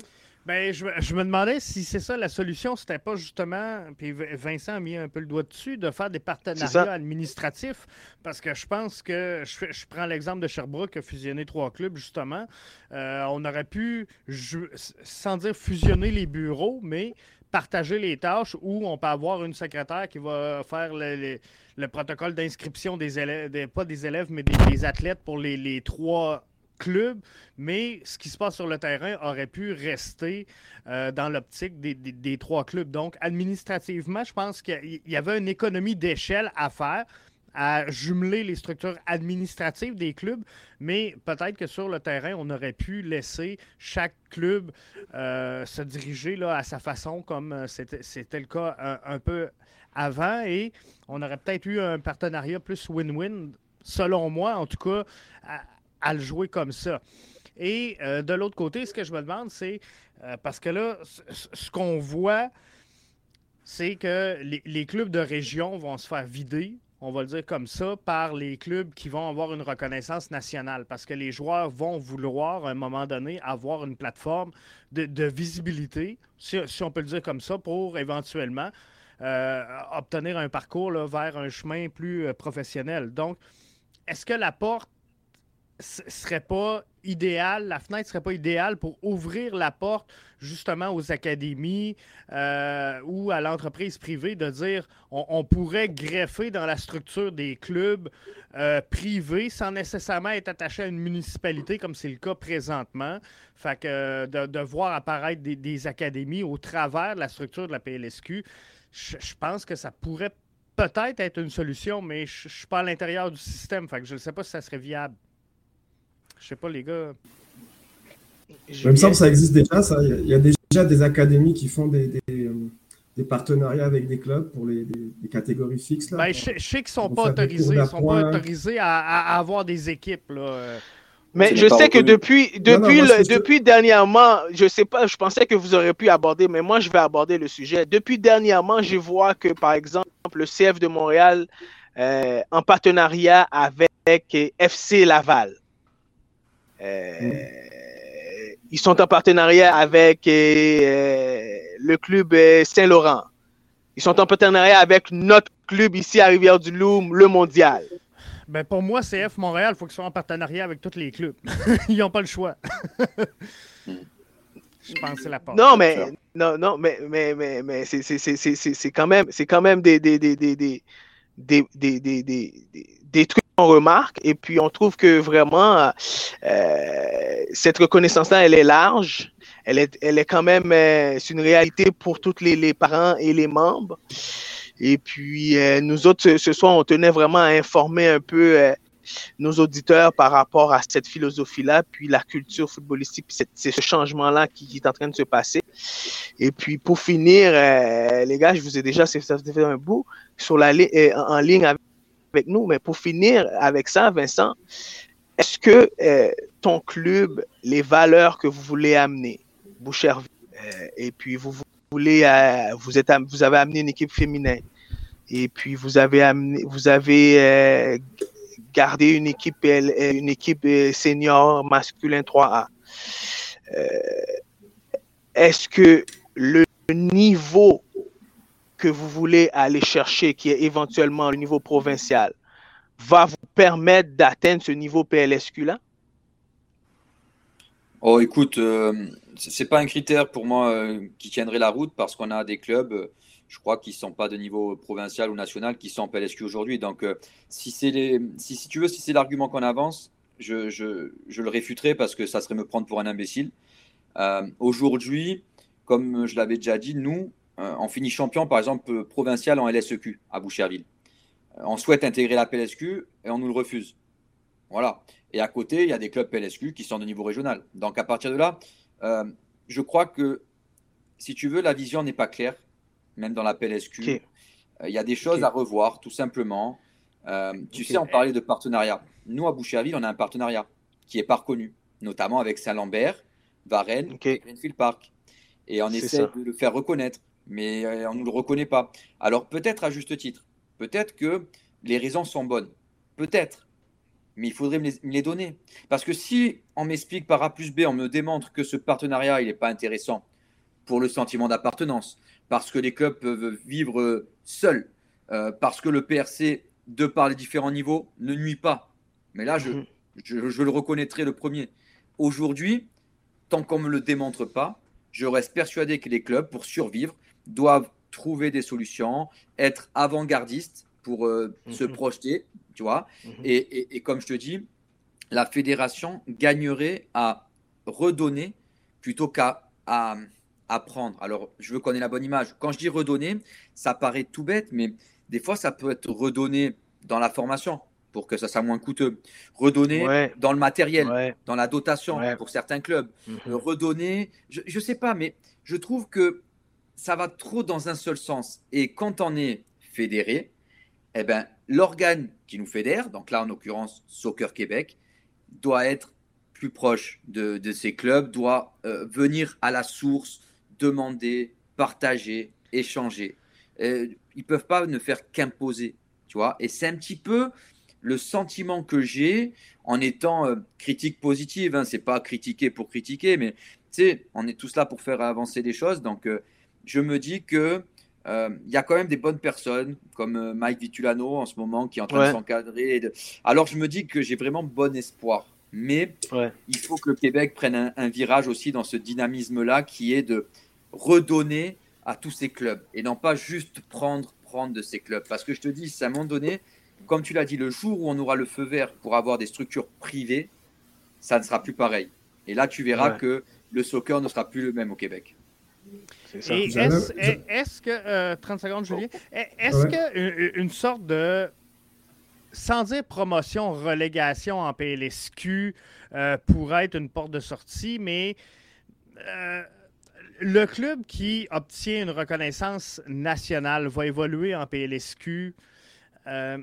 Ben, je, je me demandais si c'est ça la solution, c'était pas justement, puis Vincent a mis un peu le doigt dessus, de faire des partenariats administratifs, parce que je pense que, je, je prends l'exemple de Sherbrooke qui a fusionné trois clubs, justement, euh, on aurait pu, je, sans dire fusionner les bureaux, mais partager les tâches où on peut avoir une secrétaire qui va faire le, le, le protocole d'inscription des élèves, des, pas des élèves, mais des, des athlètes pour les, les trois club, mais ce qui se passe sur le terrain aurait pu rester euh, dans l'optique des, des, des trois clubs. Donc, administrativement, je pense qu'il y avait une économie d'échelle à faire, à jumeler les structures administratives des clubs, mais peut-être que sur le terrain, on aurait pu laisser chaque club euh, se diriger là, à sa façon, comme c'était, c'était le cas un, un peu avant, et on aurait peut-être eu un partenariat plus win-win, selon moi, en tout cas, à, à le jouer comme ça. Et euh, de l'autre côté, ce que je me demande, c'est, euh, parce que là, c- ce qu'on voit, c'est que les, les clubs de région vont se faire vider, on va le dire comme ça, par les clubs qui vont avoir une reconnaissance nationale, parce que les joueurs vont vouloir, à un moment donné, avoir une plateforme de, de visibilité, si, si on peut le dire comme ça, pour éventuellement euh, obtenir un parcours là, vers un chemin plus euh, professionnel. Donc, est-ce que la porte serait pas idéal, la fenêtre serait pas idéale pour ouvrir la porte justement aux académies euh, ou à l'entreprise privée de dire on, on pourrait greffer dans la structure des clubs euh, privés sans nécessairement être attaché à une municipalité comme c'est le cas présentement. Fait que de, de voir apparaître des, des académies au travers de la structure de la P L S Q, je, je pense que ça pourrait peut-être être une solution, mais je ne suis pas à l'intérieur du système. Fait que je ne sais pas si ça serait viable. Je sais pas, les gars. Il me semble que ça existe déjà. Ça. Il y a déjà des académies qui font des, des, des partenariats avec des clubs pour les des, des catégories fixes. Là, ben, je, je sais qu'ils ne sont pas autorisés. Ils sont pas autorisés à, à, à avoir des équipes. Là. Mais je sais que depuis, depuis, non, non, le, depuis je... dernièrement, je sais pas, je pensais que vous auriez pu aborder, mais moi, je vais aborder le sujet. Depuis dernièrement, je vois que, par exemple, le C F de Montréal, euh, en partenariat avec F C Laval, Euh, ils sont en partenariat avec euh, le club euh, Saint-Laurent. Ils sont en partenariat avec notre club ici à Rivière-du-Loup, le Mondial. Ben pour moi, C F Montréal, il faut qu'ils soient en partenariat avec tous les clubs. Ils n'ont pas le choix. Je pense que c'est la porte. Non, mais, non, non, mais, mais, mais, mais c'est, c'est, c'est, c'est, c'est quand même, c'est quand même des, des, des, des, des, des, des, des, des, des trucs qu'on remarque. Et puis, on trouve que vraiment, euh, cette reconnaissance-là, elle est large. Elle est, elle est quand même, euh, c'est une réalité pour tous les, les parents et les membres. Et puis, euh, nous autres, ce, ce soir, on tenait vraiment à informer un peu euh, nos auditeurs par rapport à cette philosophie-là, puis la culture footballistique, puis c'est ce changement-là qui, qui est en train de se passer. Et puis, pour finir, euh, les gars, je vous ai déjà, ça fait un bout, sur la li- euh, en ligne avec, avec nous, mais pour finir avec ça, Vincent, est-ce que euh, ton club, les valeurs que vous voulez amener, Boucherville, euh, et puis vous, vous voulez, euh, vous êtes, vous avez amené une équipe féminine, et puis vous avez amené, vous avez euh, gardé une équipe, une équipe senior masculin trois A. Euh, est-ce que le niveau que vous voulez aller chercher, qui est éventuellement le niveau provincial, va vous permettre d'atteindre ce niveau P L S Q-là? Oh, écoute, euh, c'est pas un critère pour moi euh, qui tiendrait la route parce qu'on a des clubs, euh, je crois, qui ne sont pas de niveau provincial ou national, qui sont en P L S Q aujourd'hui. Donc, euh, si, c'est les, si, si tu veux, si c'est l'argument qu'on avance, je, je, je le réfuterai parce que ça serait me prendre pour un imbécile. Euh, aujourd'hui, comme je l'avais déjà dit, nous, euh, on finit champion, par exemple, provincial en L S E Q à Boucherville. Euh, on souhaite intégrer la P L S Q et on nous le refuse. Voilà. Et à côté, il y a des clubs P L S Q qui sont de niveau régional. Donc, à partir de là, euh, je crois que, si tu veux, la vision n'est pas claire, même dans la P L S Q. Okay. Euh, il y a des choses okay. à revoir, tout simplement. Euh, tu okay. sais, on parlait de partenariat. Nous, à Boucherville, on a un partenariat qui n'est pas reconnu, notamment avec Saint-Lambert, Varennes okay. et Greenfield Park. Et on C'est essaie ça. de le faire reconnaître, mais euh, on ne le reconnaît pas. Alors, peut-être à juste titre. Peut-être que les raisons sont bonnes. Peut-être. Mais il faudrait me les, me les donner. Parce que si on m'explique par A plus B, on me démontre que ce partenariat, il n'est pas intéressant pour le sentiment d'appartenance, parce que les clubs peuvent vivre seuls, euh, parce que le P R C, de par les différents niveaux, ne nuit pas. Mais là, je, mmh. je, je le reconnaîtrai le premier. Aujourd'hui, tant qu'on ne me le démontre pas, je reste persuadé que les clubs, pour survivre, doivent trouver des solutions, être avant-gardistes pour euh, mmh. se projeter. Tu vois, mmh. et, et, et comme je te dis, la fédération gagnerait à redonner plutôt qu'à à, à prendre. Alors, je veux qu'on ait la bonne image. Quand je dis redonner, ça paraît tout bête, mais des fois, ça peut être redonné dans la formation pour que ça soit moins coûteux. Redonner ouais. dans le matériel, ouais. dans la dotation ouais. pour certains clubs. Mmh. Redonner, je ne sais pas, mais je trouve que ça va trop dans un seul sens. Et quand on est fédéré, eh ben, l'organe qui nous fédère, donc là en l'occurrence Soccer Québec, doit être plus proche de, de ces clubs, doit euh, venir à la source, demander, partager, échanger. Euh, ils ne peuvent pas ne faire qu'imposer, tu vois. Et c'est un petit peu le sentiment que j'ai en étant euh, critique positive. Hein. Ce n'est pas critiquer pour critiquer, mais tu sais, on est tous là pour faire avancer les choses. Donc, euh, je me dis que il euh, y a quand même des bonnes personnes comme euh, Mike Vitulano en ce moment qui est en train ouais. de s'encadrer. De... Alors je me dis que j'ai vraiment bon espoir. Mais ouais. il faut que le Québec prenne un, un virage aussi dans ce dynamisme-là qui est de redonner à tous ces clubs et non pas juste prendre, prendre de ces clubs. Parce que je te dis, c'est à un moment donné, comme tu l'as dit, le jour où on aura le feu vert pour avoir des structures privées, ça ne sera plus pareil. Et là, tu verras ouais. que le soccer ne sera plus le même au Québec. C'est Et est-ce, est-ce que, euh, trente secondes, Julien, est-ce ouais. qu'une sorte de, sans dire promotion, relégation en P L S Q euh, pourrait être une porte de sortie, mais euh, le club qui obtient une reconnaissance nationale va évoluer en P L S Q, euh,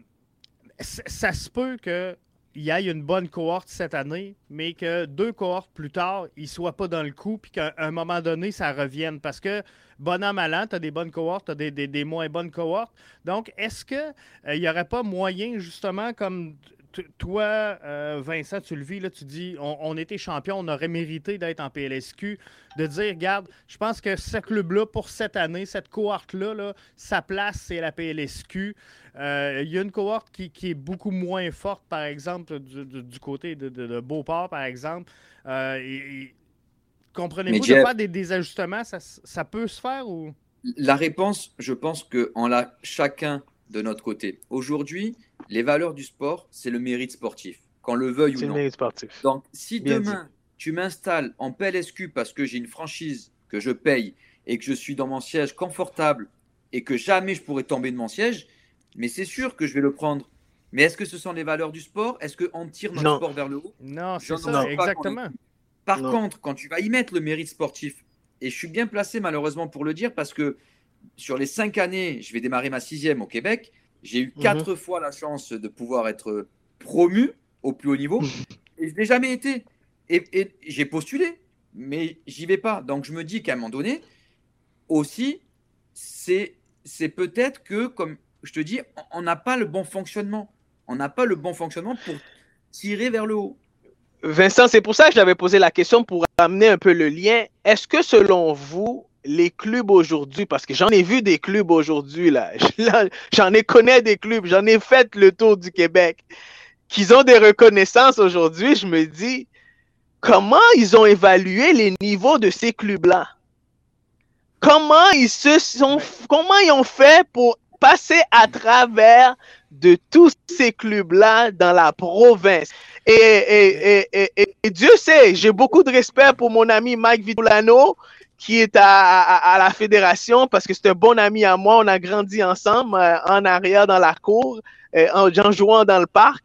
ça se peut que il y ait une bonne cohorte cette année, mais que deux cohortes plus tard, ils ne soient pas dans le coup, puis qu'à un moment donné, ça revienne. Parce que, bon an, mal an, tu as des bonnes cohortes, tu as des, des, des moins bonnes cohortes. Donc, est-ce qu'il n'y euh, aurait pas moyen, justement, comme toi, euh, Vincent, tu le vis, là, tu dis, on, on était champion, on aurait mérité d'être en P L S Q, de dire, regarde, je pense que ce club-là, pour cette année, cette cohorte-là, là, sa place, c'est la P L S Q. Euh, il y a une cohorte qui, qui est beaucoup moins forte, par exemple, du, du, du côté de, de, de Beauport, par exemple. Euh, et, et, comprenez-vous, Jeff, de faire des, des ajustements, ça, ça peut se faire ou... La réponse, je pense qu'on l'a chacun de notre côté. Aujourd'hui, les valeurs du sport, c'est le mérite sportif, qu'on le veuille ou non. C'est le mérite sportif. Donc, si Bien demain, dit. tu m'installes en P L S Q parce que j'ai une franchise que je paye et que je suis dans mon siège confortable et que jamais je pourrais tomber de mon siège, mais c'est sûr que je vais le prendre. Mais est-ce que ce sont les valeurs du sport? Est-ce qu'on tire notre non. sport vers le haut? Non, c'est ça, exactement. Par non. contre, quand tu vas y mettre le mérite sportif, et je suis bien placé malheureusement pour le dire parce que sur les cinq années, je vais démarrer ma sixième au Québec, j'ai eu quatre mmh. fois la chance de pouvoir être promu au plus haut niveau et je n'ai jamais été. Et, et j'ai postulé, mais j'y vais pas. Donc je me dis qu'à un moment donné, aussi, c'est, c'est peut-être que, comme je te dis, on n'a pas le bon fonctionnement. On n'a pas le bon fonctionnement pour tirer vers le haut. Vincent, c'est pour ça que j'avais posé la question pour amener un peu le lien. Est-ce que selon vous, les clubs aujourd'hui, parce que j'en ai vu des clubs aujourd'hui, là, j'en ai connais des clubs, j'en ai fait le tour du Québec, qu'ils ont des reconnaissances aujourd'hui, je me dis, comment ils ont évalué les niveaux de ces clubs-là? Comment ils se sont, comment ils ont fait pour passer à travers de tous ces clubs-là dans la province? Et, et, et, et, et Dieu sait, j'ai beaucoup de respect pour mon ami Mike Vitulano, qui est à, à, à la fédération, parce que c'est un bon ami à moi. On a grandi ensemble, euh, en arrière dans la cour, euh, en, en jouant dans le parc.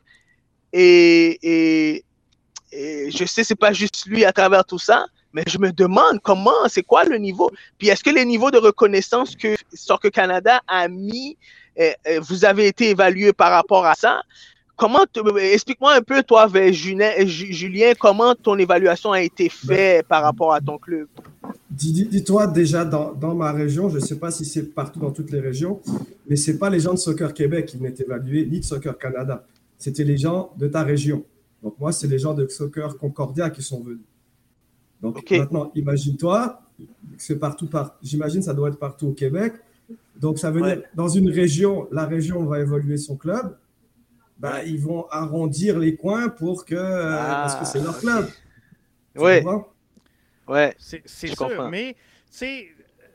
Et, et, et je sais, c'est pas juste lui à travers tout ça, mais je me demande comment, c'est quoi le niveau? Puis est-ce que les niveaux de reconnaissance que Soccer Canada a mis, euh, euh, vous avez été évalué par rapport à ça? Comment, explique-moi un peu, toi, Julien, comment ton évaluation a été faite ben, par rapport à ton club? Dis-toi déjà, dans, dans ma région, je ne sais pas si c'est partout dans toutes les régions, mais ce n'est pas les gens de Soccer Québec qui venaient évaluer, ni de Soccer Canada. C'était les gens de ta région. Donc moi, c'est les gens de Soccer Concordia qui sont venus. Donc okay. Maintenant, imagine-toi, c'est partout, par, j'imagine que ça doit être partout au Québec. Donc ça veut ouais. dire, dans une région, la région va évaluer son club. Ben, ils vont arrondir les coins pour que, ah, parce que c'est leur club. Oui. Ouais. C'est, c'est sûr, comprends. Mais tu sais,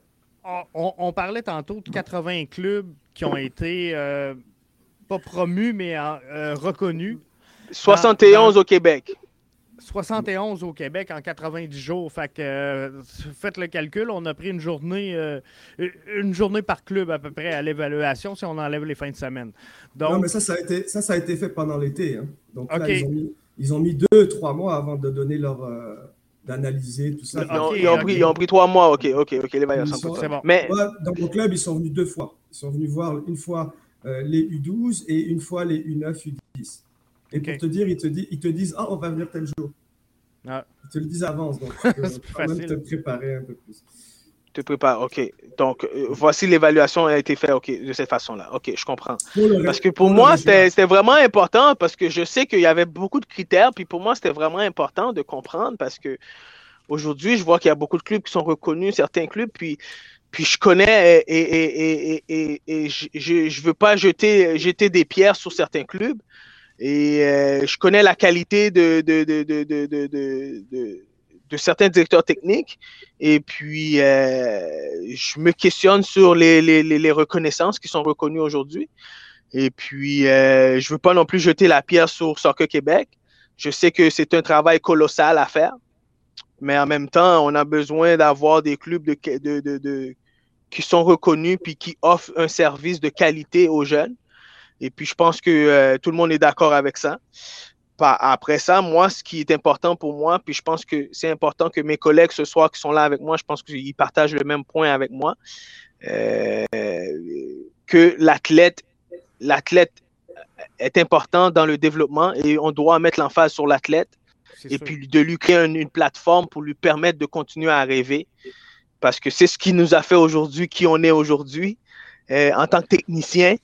on, on parlait tantôt de quatre-vingts clubs qui ont été euh, pas promus, mais euh, reconnus. soixante et onze dans, dans, au Québec. soixante et onze au Québec en quatre-vingt-dix jours. Fait que euh, faites le calcul, on a pris une journée euh, une journée par club à peu près à l'évaluation si on enlève les fins de semaine. Donc, non, mais ça, ça a été, ça, ça a été fait pendant l'été. Hein. Donc okay. là, ils ont, mis, ils ont mis deux, trois mois avant de donner leur euh, d'analyser tout ça. Ils ont, okay, ils, ont okay. pris, ils ont pris trois mois, ok, ok, ok, l'évaluation. C'est bon. Mais ouais, dans mon club, ils sont venus deux fois. Ils sont venus voir une fois euh, les U douze et une fois les U neuf, U dix. Et okay. pour te dire, ils te, disent, ils te disent, ah, on va venir tel jour. Ah. Ils te le disent à avance, donc tu peux quand même te préparer un peu plus. Te prépares, ok. Donc, euh, voici l'évaluation a été faite, ok, de cette façon-là. Ok, je comprends. Parce que pour, pour moi, c'était, c'était vraiment important parce que je sais qu'il y avait beaucoup de critères, puis pour moi, c'était vraiment important de comprendre parce que aujourd'hui, je vois qu'il y a beaucoup de clubs qui sont reconnus, certains clubs, puis Puis je connais et, et, et, et, et, et je ne veux pas jeter, jeter des pierres sur certains clubs. Et euh, je connais la qualité de, de, de, de, de, de, de, de, de certains directeurs techniques. Et puis, euh, je me questionne sur les, les, les reconnaissances qui sont reconnues aujourd'hui. Et puis, euh, je ne veux pas non plus jeter la pierre sur Soccer Québec. Je sais que c'est un travail colossal à faire. Mais en même temps, on a besoin d'avoir des clubs de, de, de, de, qui sont reconnus puis qui offrent un service de qualité aux jeunes. Et puis, je pense que euh, tout le monde est d'accord avec ça. Après ça, moi, ce qui est important pour moi, puis je pense que c'est important que mes collègues ce soir qui sont là avec moi, je pense qu'ils partagent le même point avec moi, euh, que l'athlète, l'athlète est important dans le développement et on doit mettre l'emphase sur l'athlète. C'est et sûr. Puis de lui créer une, une plateforme pour lui permettre de continuer à rêver. Parce que c'est ce qui nous a fait aujourd'hui qui on est aujourd'hui euh, en tant que technicien.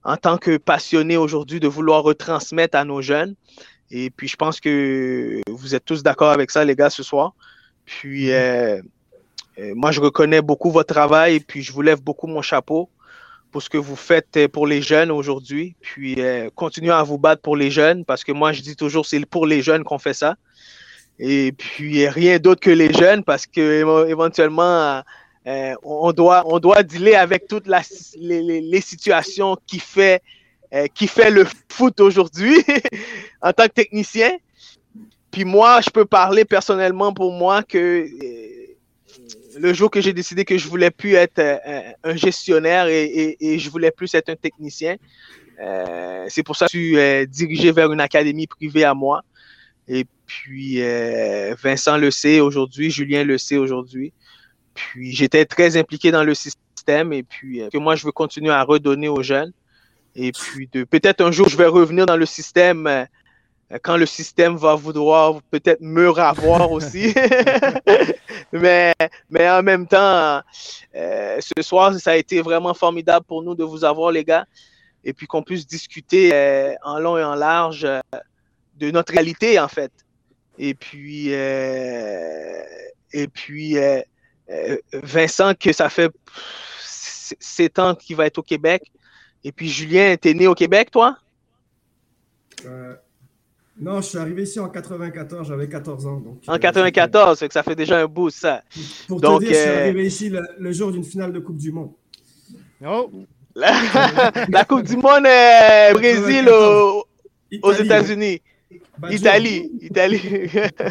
en tant que passionné aujourd'hui de vouloir retransmettre à nos jeunes. Et puis, je pense que vous êtes tous d'accord avec ça, les gars, ce soir. Puis, euh, euh, moi, je reconnais beaucoup votre travail et puis je vous lève beaucoup mon chapeau pour ce que vous faites pour les jeunes aujourd'hui. Puis, euh, continuez à vous battre pour les jeunes parce que moi, je dis toujours, c'est pour les jeunes qu'on fait ça. Et puis, rien d'autre que les jeunes parce que éventuellement, euh, on doit, on doit dealer avec toutes la, les, les, les situations qui fait, euh, qui fait le foot aujourd'hui en tant que technicien. Puis moi, je peux parler personnellement pour moi que euh, le jour que j'ai décidé que je voulais plus être euh, un gestionnaire et, et, et je voulais plus être un technicien, euh, c'est pour ça que je suis euh, dirigé vers une académie privée à moi. Et puis, euh, Vincent le sait aujourd'hui, Julien le sait aujourd'hui. Puis, j'étais très impliqué dans le système et puis euh, que moi, je veux continuer à redonner aux jeunes. Et puis, de, peut-être un jour, je vais revenir dans le système euh, quand le système va vouloir peut-être me ravoir aussi. mais, mais en même temps, euh, ce soir, ça a été vraiment formidable pour nous de vous avoir, les gars. Et puis, qu'on puisse discuter euh, en long et en large euh, de notre réalité, en fait. Et puis, euh, et puis euh, euh, Vincent, que ça fait sept ans qu'il va être au Québec. Et puis, Julien, t'es né au Québec, toi? Euh, non, je suis arrivé ici en quatre-vingt-quatorze, j'avais quatorze ans. Donc, en quatre-vingt-quatorze, c'est que ça fait déjà un bout, ça. Pour donc, te dire, euh, je suis arrivé ici le, le jour d'une finale de Coupe du Monde. Oh! La, la Coupe du Monde est Brésil au, aux États-Unis. Ouais. Italie, Italie.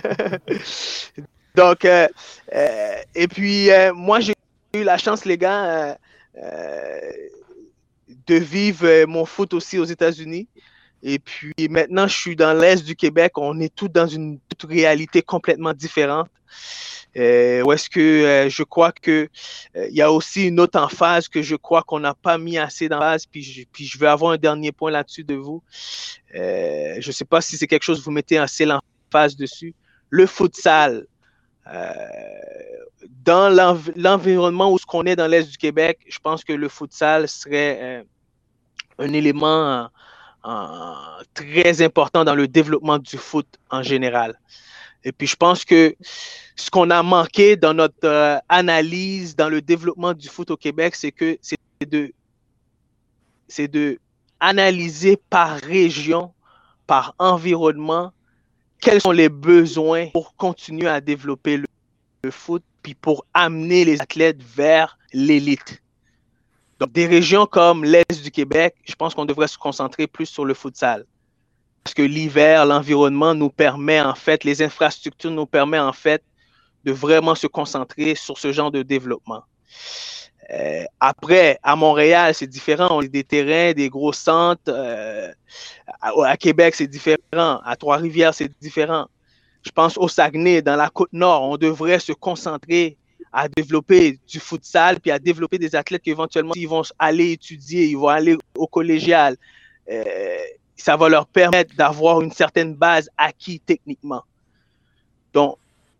Donc, euh, euh, et puis, euh, moi, j'ai eu la chance, les gars, euh, euh, de vivre mon foot aussi aux États-Unis. Et puis, maintenant, je suis dans l'Est du Québec. On est tous dans une toute réalité complètement différente. Euh, où est-ce que euh, je crois que il euh, y a aussi une autre emphase que je crois qu'on n'a pas mis assez d'emphase. Puis je, puis je vais avoir un dernier point là-dessus de vous. Euh, je ne sais pas si c'est quelque chose que vous mettez assez l'emphase dessus. Le futsal. Euh, dans l'env- l'environnement où ce qu'on est dans l'Est du Québec, je pense que le futsal serait euh, un élément euh, euh, très important dans le développement du foot en général. Et puis, je pense que ce qu'on a manqué dans notre euh, analyse, dans le développement du foot au Québec, c'est que c'est de, c'est de analyser par région, par environnement, quels sont les besoins pour continuer à développer le, le foot, puis pour amener les athlètes vers l'élite. Donc, des régions comme l'Est du Québec, je pense qu'on devrait se concentrer plus sur le futsal. Parce que l'hiver, l'environnement nous permet, en fait, les infrastructures nous permettent, en fait, de vraiment se concentrer sur ce genre de développement. Euh, après, à Montréal, c'est différent. On a des terrains, des gros centres. Euh, à, à Québec, c'est différent. À Trois-Rivières, c'est différent. Je pense au Saguenay, dans la Côte-Nord, on devrait se concentrer à développer du futsal, puis à développer des athlètes qui, éventuellement, ils vont aller étudier, ils vont aller au collégial. Euh, ça va leur permettre d'avoir une certaine base acquise techniquement. Donc,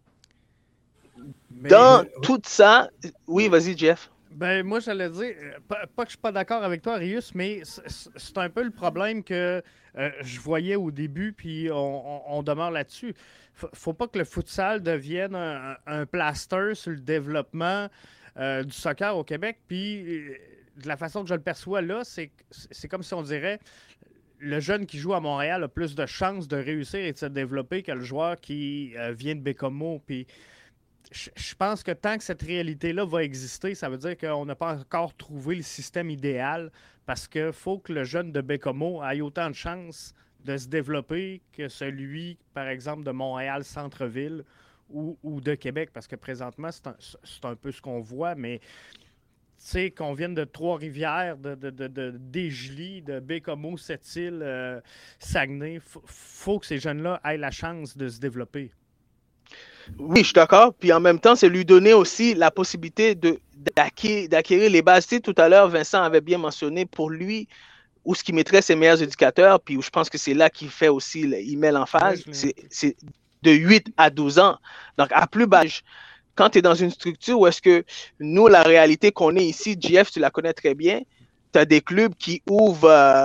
mais, dans mais, tout ça, oui, vas-y, Jeff. Ben, moi, j'allais dire, pas, pas que je suis pas d'accord avec toi, Arius, mais c'est un peu le problème que euh, je voyais au début, puis on, on, on demeure là-dessus. Faut, faut pas que le futsal devienne un, un plaster sur le développement euh, du soccer au Québec, puis de la façon que je le perçois là, c'est c'est comme si on dirait le jeune qui joue à Montréal a plus de chances de réussir et de se développer que le joueur qui euh, vient de Bécomo. Puis je, je pense que tant que cette réalité-là va exister, ça veut dire qu'on n'a pas encore trouvé le système idéal parce qu'il faut que le jeune de Bécomo ait autant de chances de se développer que celui, par exemple, de Montréal centre-ville ou, ou de Québec, parce que présentement, c'est un, c'est un peu ce qu'on voit, mais tu sais, qu'on vienne de Trois-Rivières, de, de, de, de Desjolies, de Bécomo, Sept-Îles, euh, Saguenay. Il faut, faut que ces jeunes-là aient la chance de se développer. Oui, je suis d'accord. Puis en même temps, c'est lui donner aussi la possibilité de, d'acquérir, d'acquérir les bases. Tu sais, tout à l'heure, Vincent avait bien mentionné pour lui où ce qu'il mettrait ses meilleurs éducateurs, puis où je pense que c'est là qu'il fait aussi, il met l'emphase, ouais, c'est, c'est de huit à douze ans. Donc, à plus bas âge. Quand tu es dans une structure où est-ce que nous, la réalité qu'on est ici, J F, tu la connais très bien, tu as des clubs qui ouvrent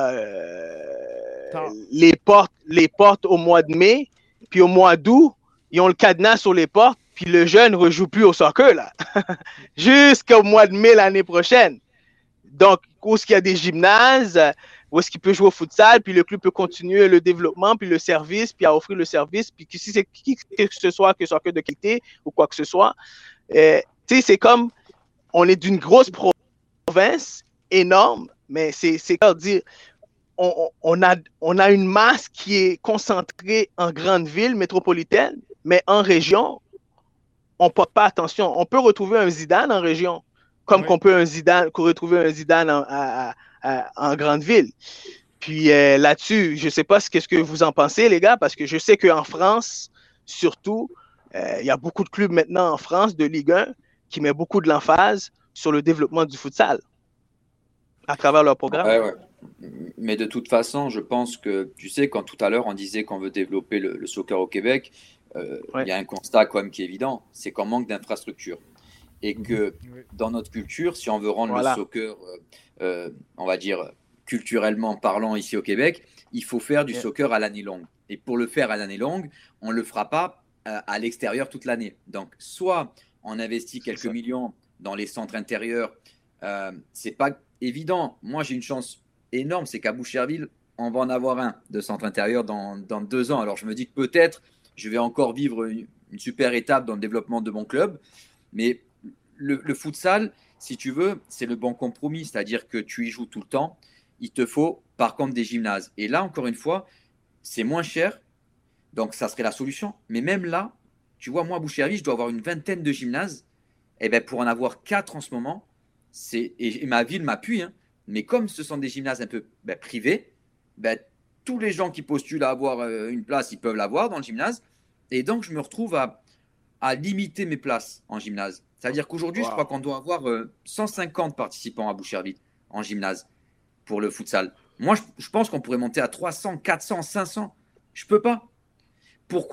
euh, les, portes, les portes au mois de mai, puis au mois d'août, ils ont le cadenas sur les portes, puis le jeune ne rejoue plus au soccer, là. Jusqu'au mois de mai l'année prochaine. Donc, où est-ce qu'il y a des gymnases, où est-ce qu'il peut jouer au futsal, puis le club peut continuer le développement, puis le service, puis à offrir le service, puis que si c'est qui que ce soit, que soccer de qualité ou quoi que ce soit. Euh, tu sais, c'est comme, on est d'une grosse province, énorme, mais c'est, c'est à dire, on, on, a, on a une masse qui est concentrée en grande ville métropolitaine, mais en région, on ne porte pas attention. On peut retrouver un Zidane en région, comme oui. qu'on peut un Zidane, qu'on retrouver un Zidane en, à, à, en grande ville. Puis euh, là-dessus, je ne sais pas ce que, ce que vous en pensez, les gars, parce que je sais qu'en France, surtout, il euh, y a beaucoup de clubs maintenant en France de Ligue un qui met beaucoup de l'emphase sur le développement du futsal à travers leur programme. Ouais, ouais. Mais de toute façon, je pense que, tu sais, quand tout à l'heure on disait qu'on veut développer le, le soccer au Québec, euh, ouais. il y a un constat quand même qui est évident, c'est qu'on manque d'infrastructures. Et que dans notre culture, si on veut rendre voilà. le soccer, euh, euh, on va dire, culturellement parlant ici au Québec, il faut faire du yeah. soccer à l'année longue. Et pour le faire à l'année longue, on ne le fera pas euh, à l'extérieur toute l'année. Donc, soit on investit quelques millions dans les centres intérieurs, euh, c'est pas évident. Moi, j'ai une chance énorme, c'est qu'à Boucherville, on va en avoir un de centre intérieur dans, dans deux ans. Alors, je me dis que peut-être, je vais encore vivre une, une super étape dans le développement de mon club. Mais le, le futsal, si tu veux, c'est le bon compromis. C'est-à-dire que tu y joues tout le temps. Il te faut, par contre, des gymnases. Et là, encore une fois, c'est moins cher. Donc, ça serait la solution. Mais même là, tu vois, moi, à Boucherville, je dois avoir une vingtaine de gymnases. Et bien, pour en avoir quatre en ce moment, c'est, et, et ma ville m'appuie, hein, mais comme ce sont des gymnases un peu ben, privés, ben, tous les gens qui postulent à avoir euh, une place, ils peuvent l'avoir dans le gymnase. Et donc, je me retrouve à, à limiter mes places en gymnase. C'est-à-dire qu'aujourd'hui, wow. je crois qu'on doit avoir euh, cent cinquante participants à Boucherville en gymnase pour le futsal. Moi, je, je pense qu'on pourrait monter à trois cents, quatre cents, cinq cents. Je ne peux pas. Pourquoi ?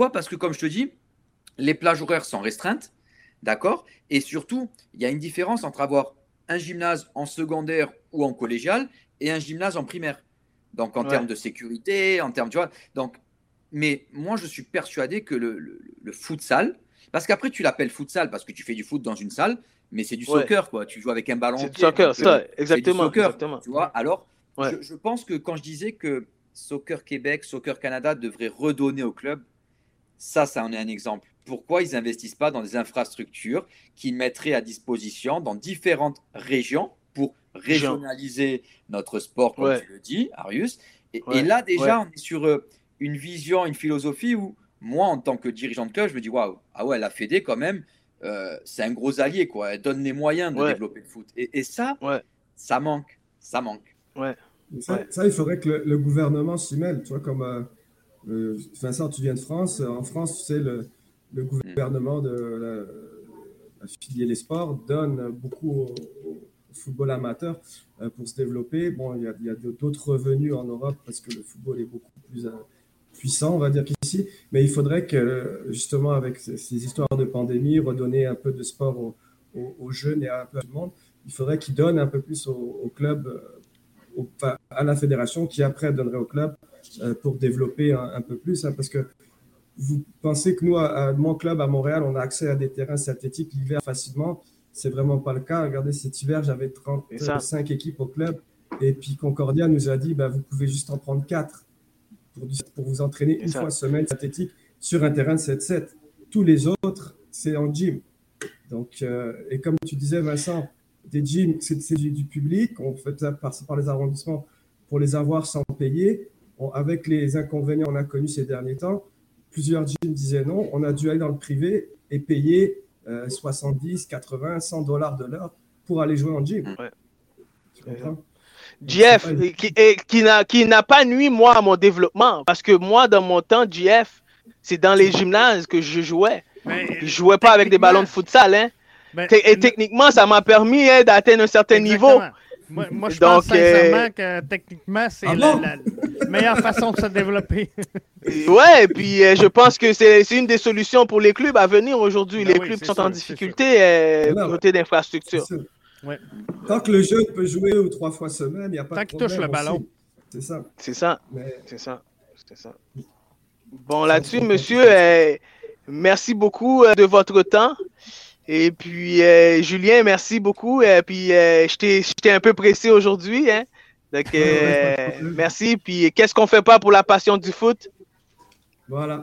Parce que, comme je te dis, les plages horaires sont restreintes, d'accord ? Et surtout, il y a une différence entre avoir un gymnase en secondaire ou en collégial et un gymnase en primaire. Donc, en ouais. termes de sécurité, en termes, tu vois. Donc, mais moi, je suis persuadé que le, le, le futsal, parce qu'après, tu l'appelles futsal parce que tu fais du foot dans une salle, mais c'est du ouais. soccer, quoi. Tu joues avec un ballon. C'est du soccer, ça, exactement. C'est du soccer, exactement. Tu vois. Alors, ouais. je, je pense que quand je disais que Soccer Québec, Soccer Canada devrait redonner au club, ça, ça en est un exemple. Pourquoi ils n'investissent pas dans des infrastructures qu'ils mettraient à disposition dans différentes régions pour régionaliser notre sport, comme ouais. tu le dis, Arius. Et, ouais. et là, déjà, ouais. on est sur euh, une vision, une philosophie où moi, en tant que dirigeant de club, je me dis, waouh, ah ouais, la Fédé, quand même, euh, c'est un gros allié, quoi. Elle donne les moyens de ouais. développer le foot. Et, et ça, ouais. ça manque. Ça manque. Ouais. Ça, ouais. ça, il faudrait que le, le gouvernement s'y mêle. Tu vois, comme euh, euh, Vincent, tu viens de France. En France, tu sais, le, le gouvernement de la, la filière des sports donne beaucoup au, au football amateur euh, pour se développer. Bon, il y a, il y a d'autres revenus en Europe parce que le football est beaucoup plus euh, puissant, on va dire qu'ici. Mais il faudrait que, justement, avec ces, ces histoires de pandémie, redonner un peu de sport aux, aux, aux jeunes et à un peu à tout le monde. Il faudrait qu'ils donnent un peu plus au, au club, au, à la fédération, qui après donnerait au club euh, pour développer un, un peu plus. Hein, parce que vous pensez que nous, à, à mon club à Montréal, on a accès à des terrains synthétiques l'hiver facilement. C'est vraiment pas le cas. Regardez, cet hiver, j'avais trente-cinq équipes au club. Et puis Concordia nous a dit, bah, vous pouvez juste en prendre quatre pour, pour vous entraîner une fois semaine synthétique sur un terrain de sept sept. Tous les autres, c'est en gym. Donc, euh, et comme tu disais, Vincent, des gyms, c'est, c'est du, du public. On fait ça par, par les arrondissements pour les avoir sans payer. On, avec les inconvénients qu'on a connus ces derniers temps, plusieurs gyms disaient non. On a dû aller dans le privé et payer euh, soixante-dix, quatre-vingts, cent dollars de l'heure pour aller jouer en gym. Ouais. Tu comprends? J F, qui, et, qui, n'a, qui n'a pas nuit, moi, à mon développement. Parce que moi, dans mon temps, J F, c'est dans les gymnases que je jouais. Mais, je jouais pas avec des ballons de futsal. Hein. Ben, et techniquement, ça m'a permis hein, d'atteindre un certain exactement. niveau. Moi, moi je Donc, pense sincèrement euh... que techniquement, c'est ah la, bon? la, la meilleure façon de se développer. Ouais, et puis euh, je pense que c'est, c'est une des solutions pour les clubs à venir aujourd'hui. Ben les oui, clubs sont sûr, en difficulté euh, côté d'infrastructure. Ouais. Tant que le jeune peut jouer aux trois fois semaine, il n'y a pas Tant de qu'il problème. touche le ballon. Aussi. C'est ça. C'est ça. Mais... C'est ça. C'est ça. Bon, là-dessus, monsieur, euh, merci beaucoup euh, de votre temps. Et puis, euh, Julien, merci beaucoup. Et puis, euh, j'étais un peu pressé aujourd'hui. Hein? Donc, euh, ouais, merci. Puis, qu'est-ce qu'on fait pas pour la passion du foot? Voilà.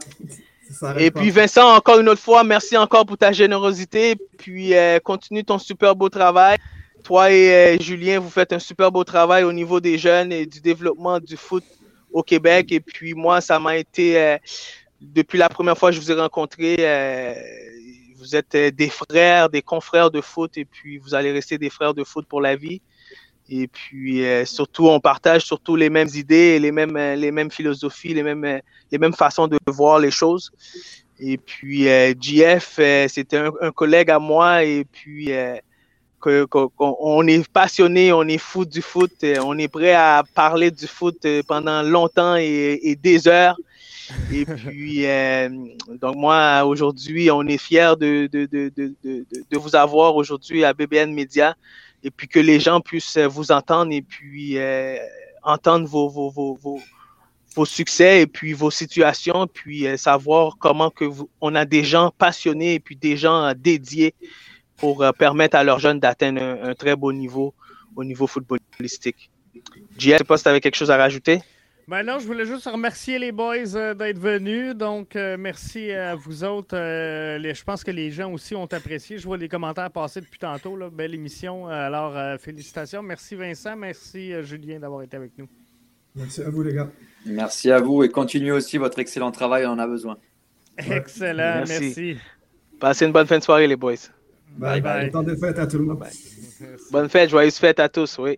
Et puis, pas. Vincent, encore une autre fois, merci encore pour ta générosité. Puis, euh, continue ton super beau travail. Toi et euh, Julien, vous faites un super beau travail au niveau des jeunes et du développement du foot au Québec. Et puis, moi, ça m'a été, euh, depuis la première fois que je vous ai rencontré, euh, vous êtes des frères, des confrères de foot, et puis vous allez rester des frères de foot pour la vie. Et puis, euh, surtout, on partage surtout les mêmes idées, les mêmes, les mêmes philosophies, les mêmes, les mêmes façons de voir les choses. Et puis, euh, J F, euh, c'était un, un collègue à moi, et puis, euh, que, que, on est passionné, on est fou du foot, on est prêt à parler du foot pendant longtemps et, et des heures. Et puis, euh, donc moi, aujourd'hui, on est fiers de, de, de, de, de, de vous avoir aujourd'hui à B B N Media, et puis que les gens puissent vous entendre et puis euh, entendre vos, vos, vos, vos, vos succès et puis vos situations, puis euh, savoir comment que vous, on a des gens passionnés et puis des gens dédiés pour euh, permettre à leurs jeunes d'atteindre un, un très beau niveau au niveau footballistique. J F, je ne sais pas si tu avais quelque chose à rajouter? Ben non, je voulais juste remercier les boys euh, d'être venus. Donc, euh, merci à vous autres. Euh, les, je pense que les gens aussi ont apprécié. Je vois les commentaires passer depuis tantôt. Là. Belle émission. Alors, euh, félicitations. Merci Vincent. Merci euh, Julien d'avoir été avec nous. Merci à vous, les gars. Merci à vous et continuez aussi votre excellent travail. On en a besoin. Ouais. Excellent. Merci. merci. Passez une bonne fin de soirée, les boys. Bye bye. bye. Bonne fête à tout le monde. Bye. Bonne fête, joyeuse fête à tous, oui.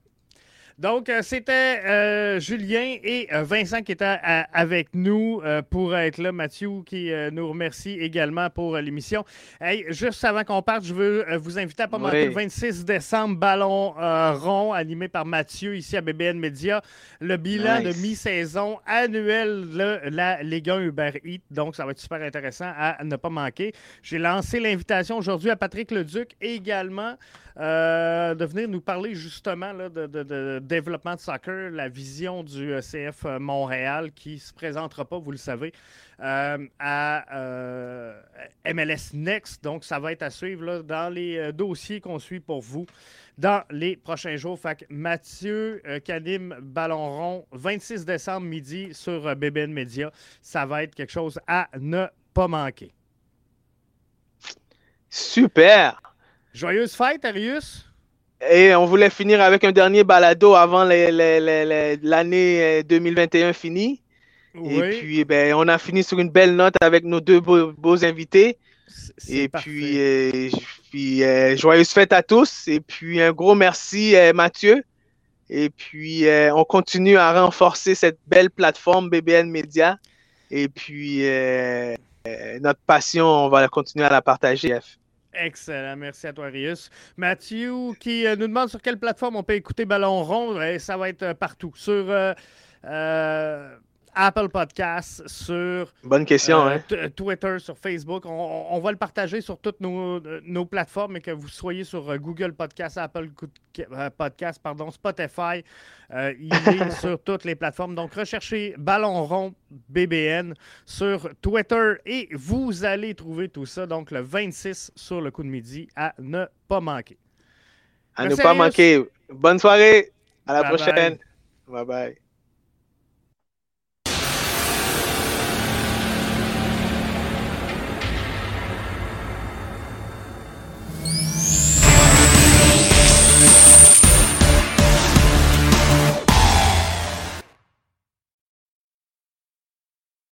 Donc, euh, c'était euh, Julien et euh, Vincent qui étaient à, avec nous euh, pour être là. Mathieu qui euh, nous remercie également pour euh, l'émission. Hey, juste avant qu'on parte, je veux euh, vous inviter à ne pas oui. manquer le vingt-six décembre, Ballon euh, rond, animé par Mathieu ici à B B N Media. Le bilan nice. de mi-saison annuel de la Ligue un Uber Eats. Donc, ça va être super intéressant à ne pas manquer. J'ai lancé l'invitation aujourd'hui à Patrick Leduc et également euh, de venir nous parler justement là, de, de, de développement de soccer, la vision du C F Montréal qui ne se présentera pas, vous le savez, euh, à euh, M L S Next. Donc, ça va être à suivre là, dans les euh, dossiers qu'on suit pour vous dans les prochains jours. Fait que Mathieu euh, Canim, Ballon rond, vingt-six décembre midi sur euh, B B N Media. Ça va être quelque chose à ne pas manquer. Super! Joyeuse fête, Arius! Et on voulait finir avec un dernier balado avant les, les, les, les, l'année deux mille vingt et un finie. Oui. Et puis, ben, on a fini sur une belle note avec nos deux beaux, beaux invités. C'est et parfait. puis, euh, puis euh, joyeuse fête à tous. Et puis, un gros merci, euh, Mathieu. Et puis, euh, on continue à renforcer cette belle plateforme B B N Media. Et puis, euh, euh, notre passion, on va continuer à la partager. Excellent. Merci à toi, Arius. Mathieu qui euh, nous demande sur quelle plateforme on peut écouter Ballon rond. Et ça va être euh, partout. Sur euh, euh, Apple Podcasts, sur Bonne question, euh, hein? t- Twitter, sur Facebook. On, on va le partager sur toutes nos, nos plateformes, et que vous soyez sur Google Podcasts, Apple Podcasts, pardon, Spotify. Euh, il est sur toutes les plateformes. Donc, recherchez Ballon rond B B N sur Twitter et vous allez trouver tout ça. Donc, le vingt-six sur le coup de midi à ne pas manquer. À Merci ne pas Arius. manquer. Bonne soirée. À la bye prochaine. Bye bye. bye.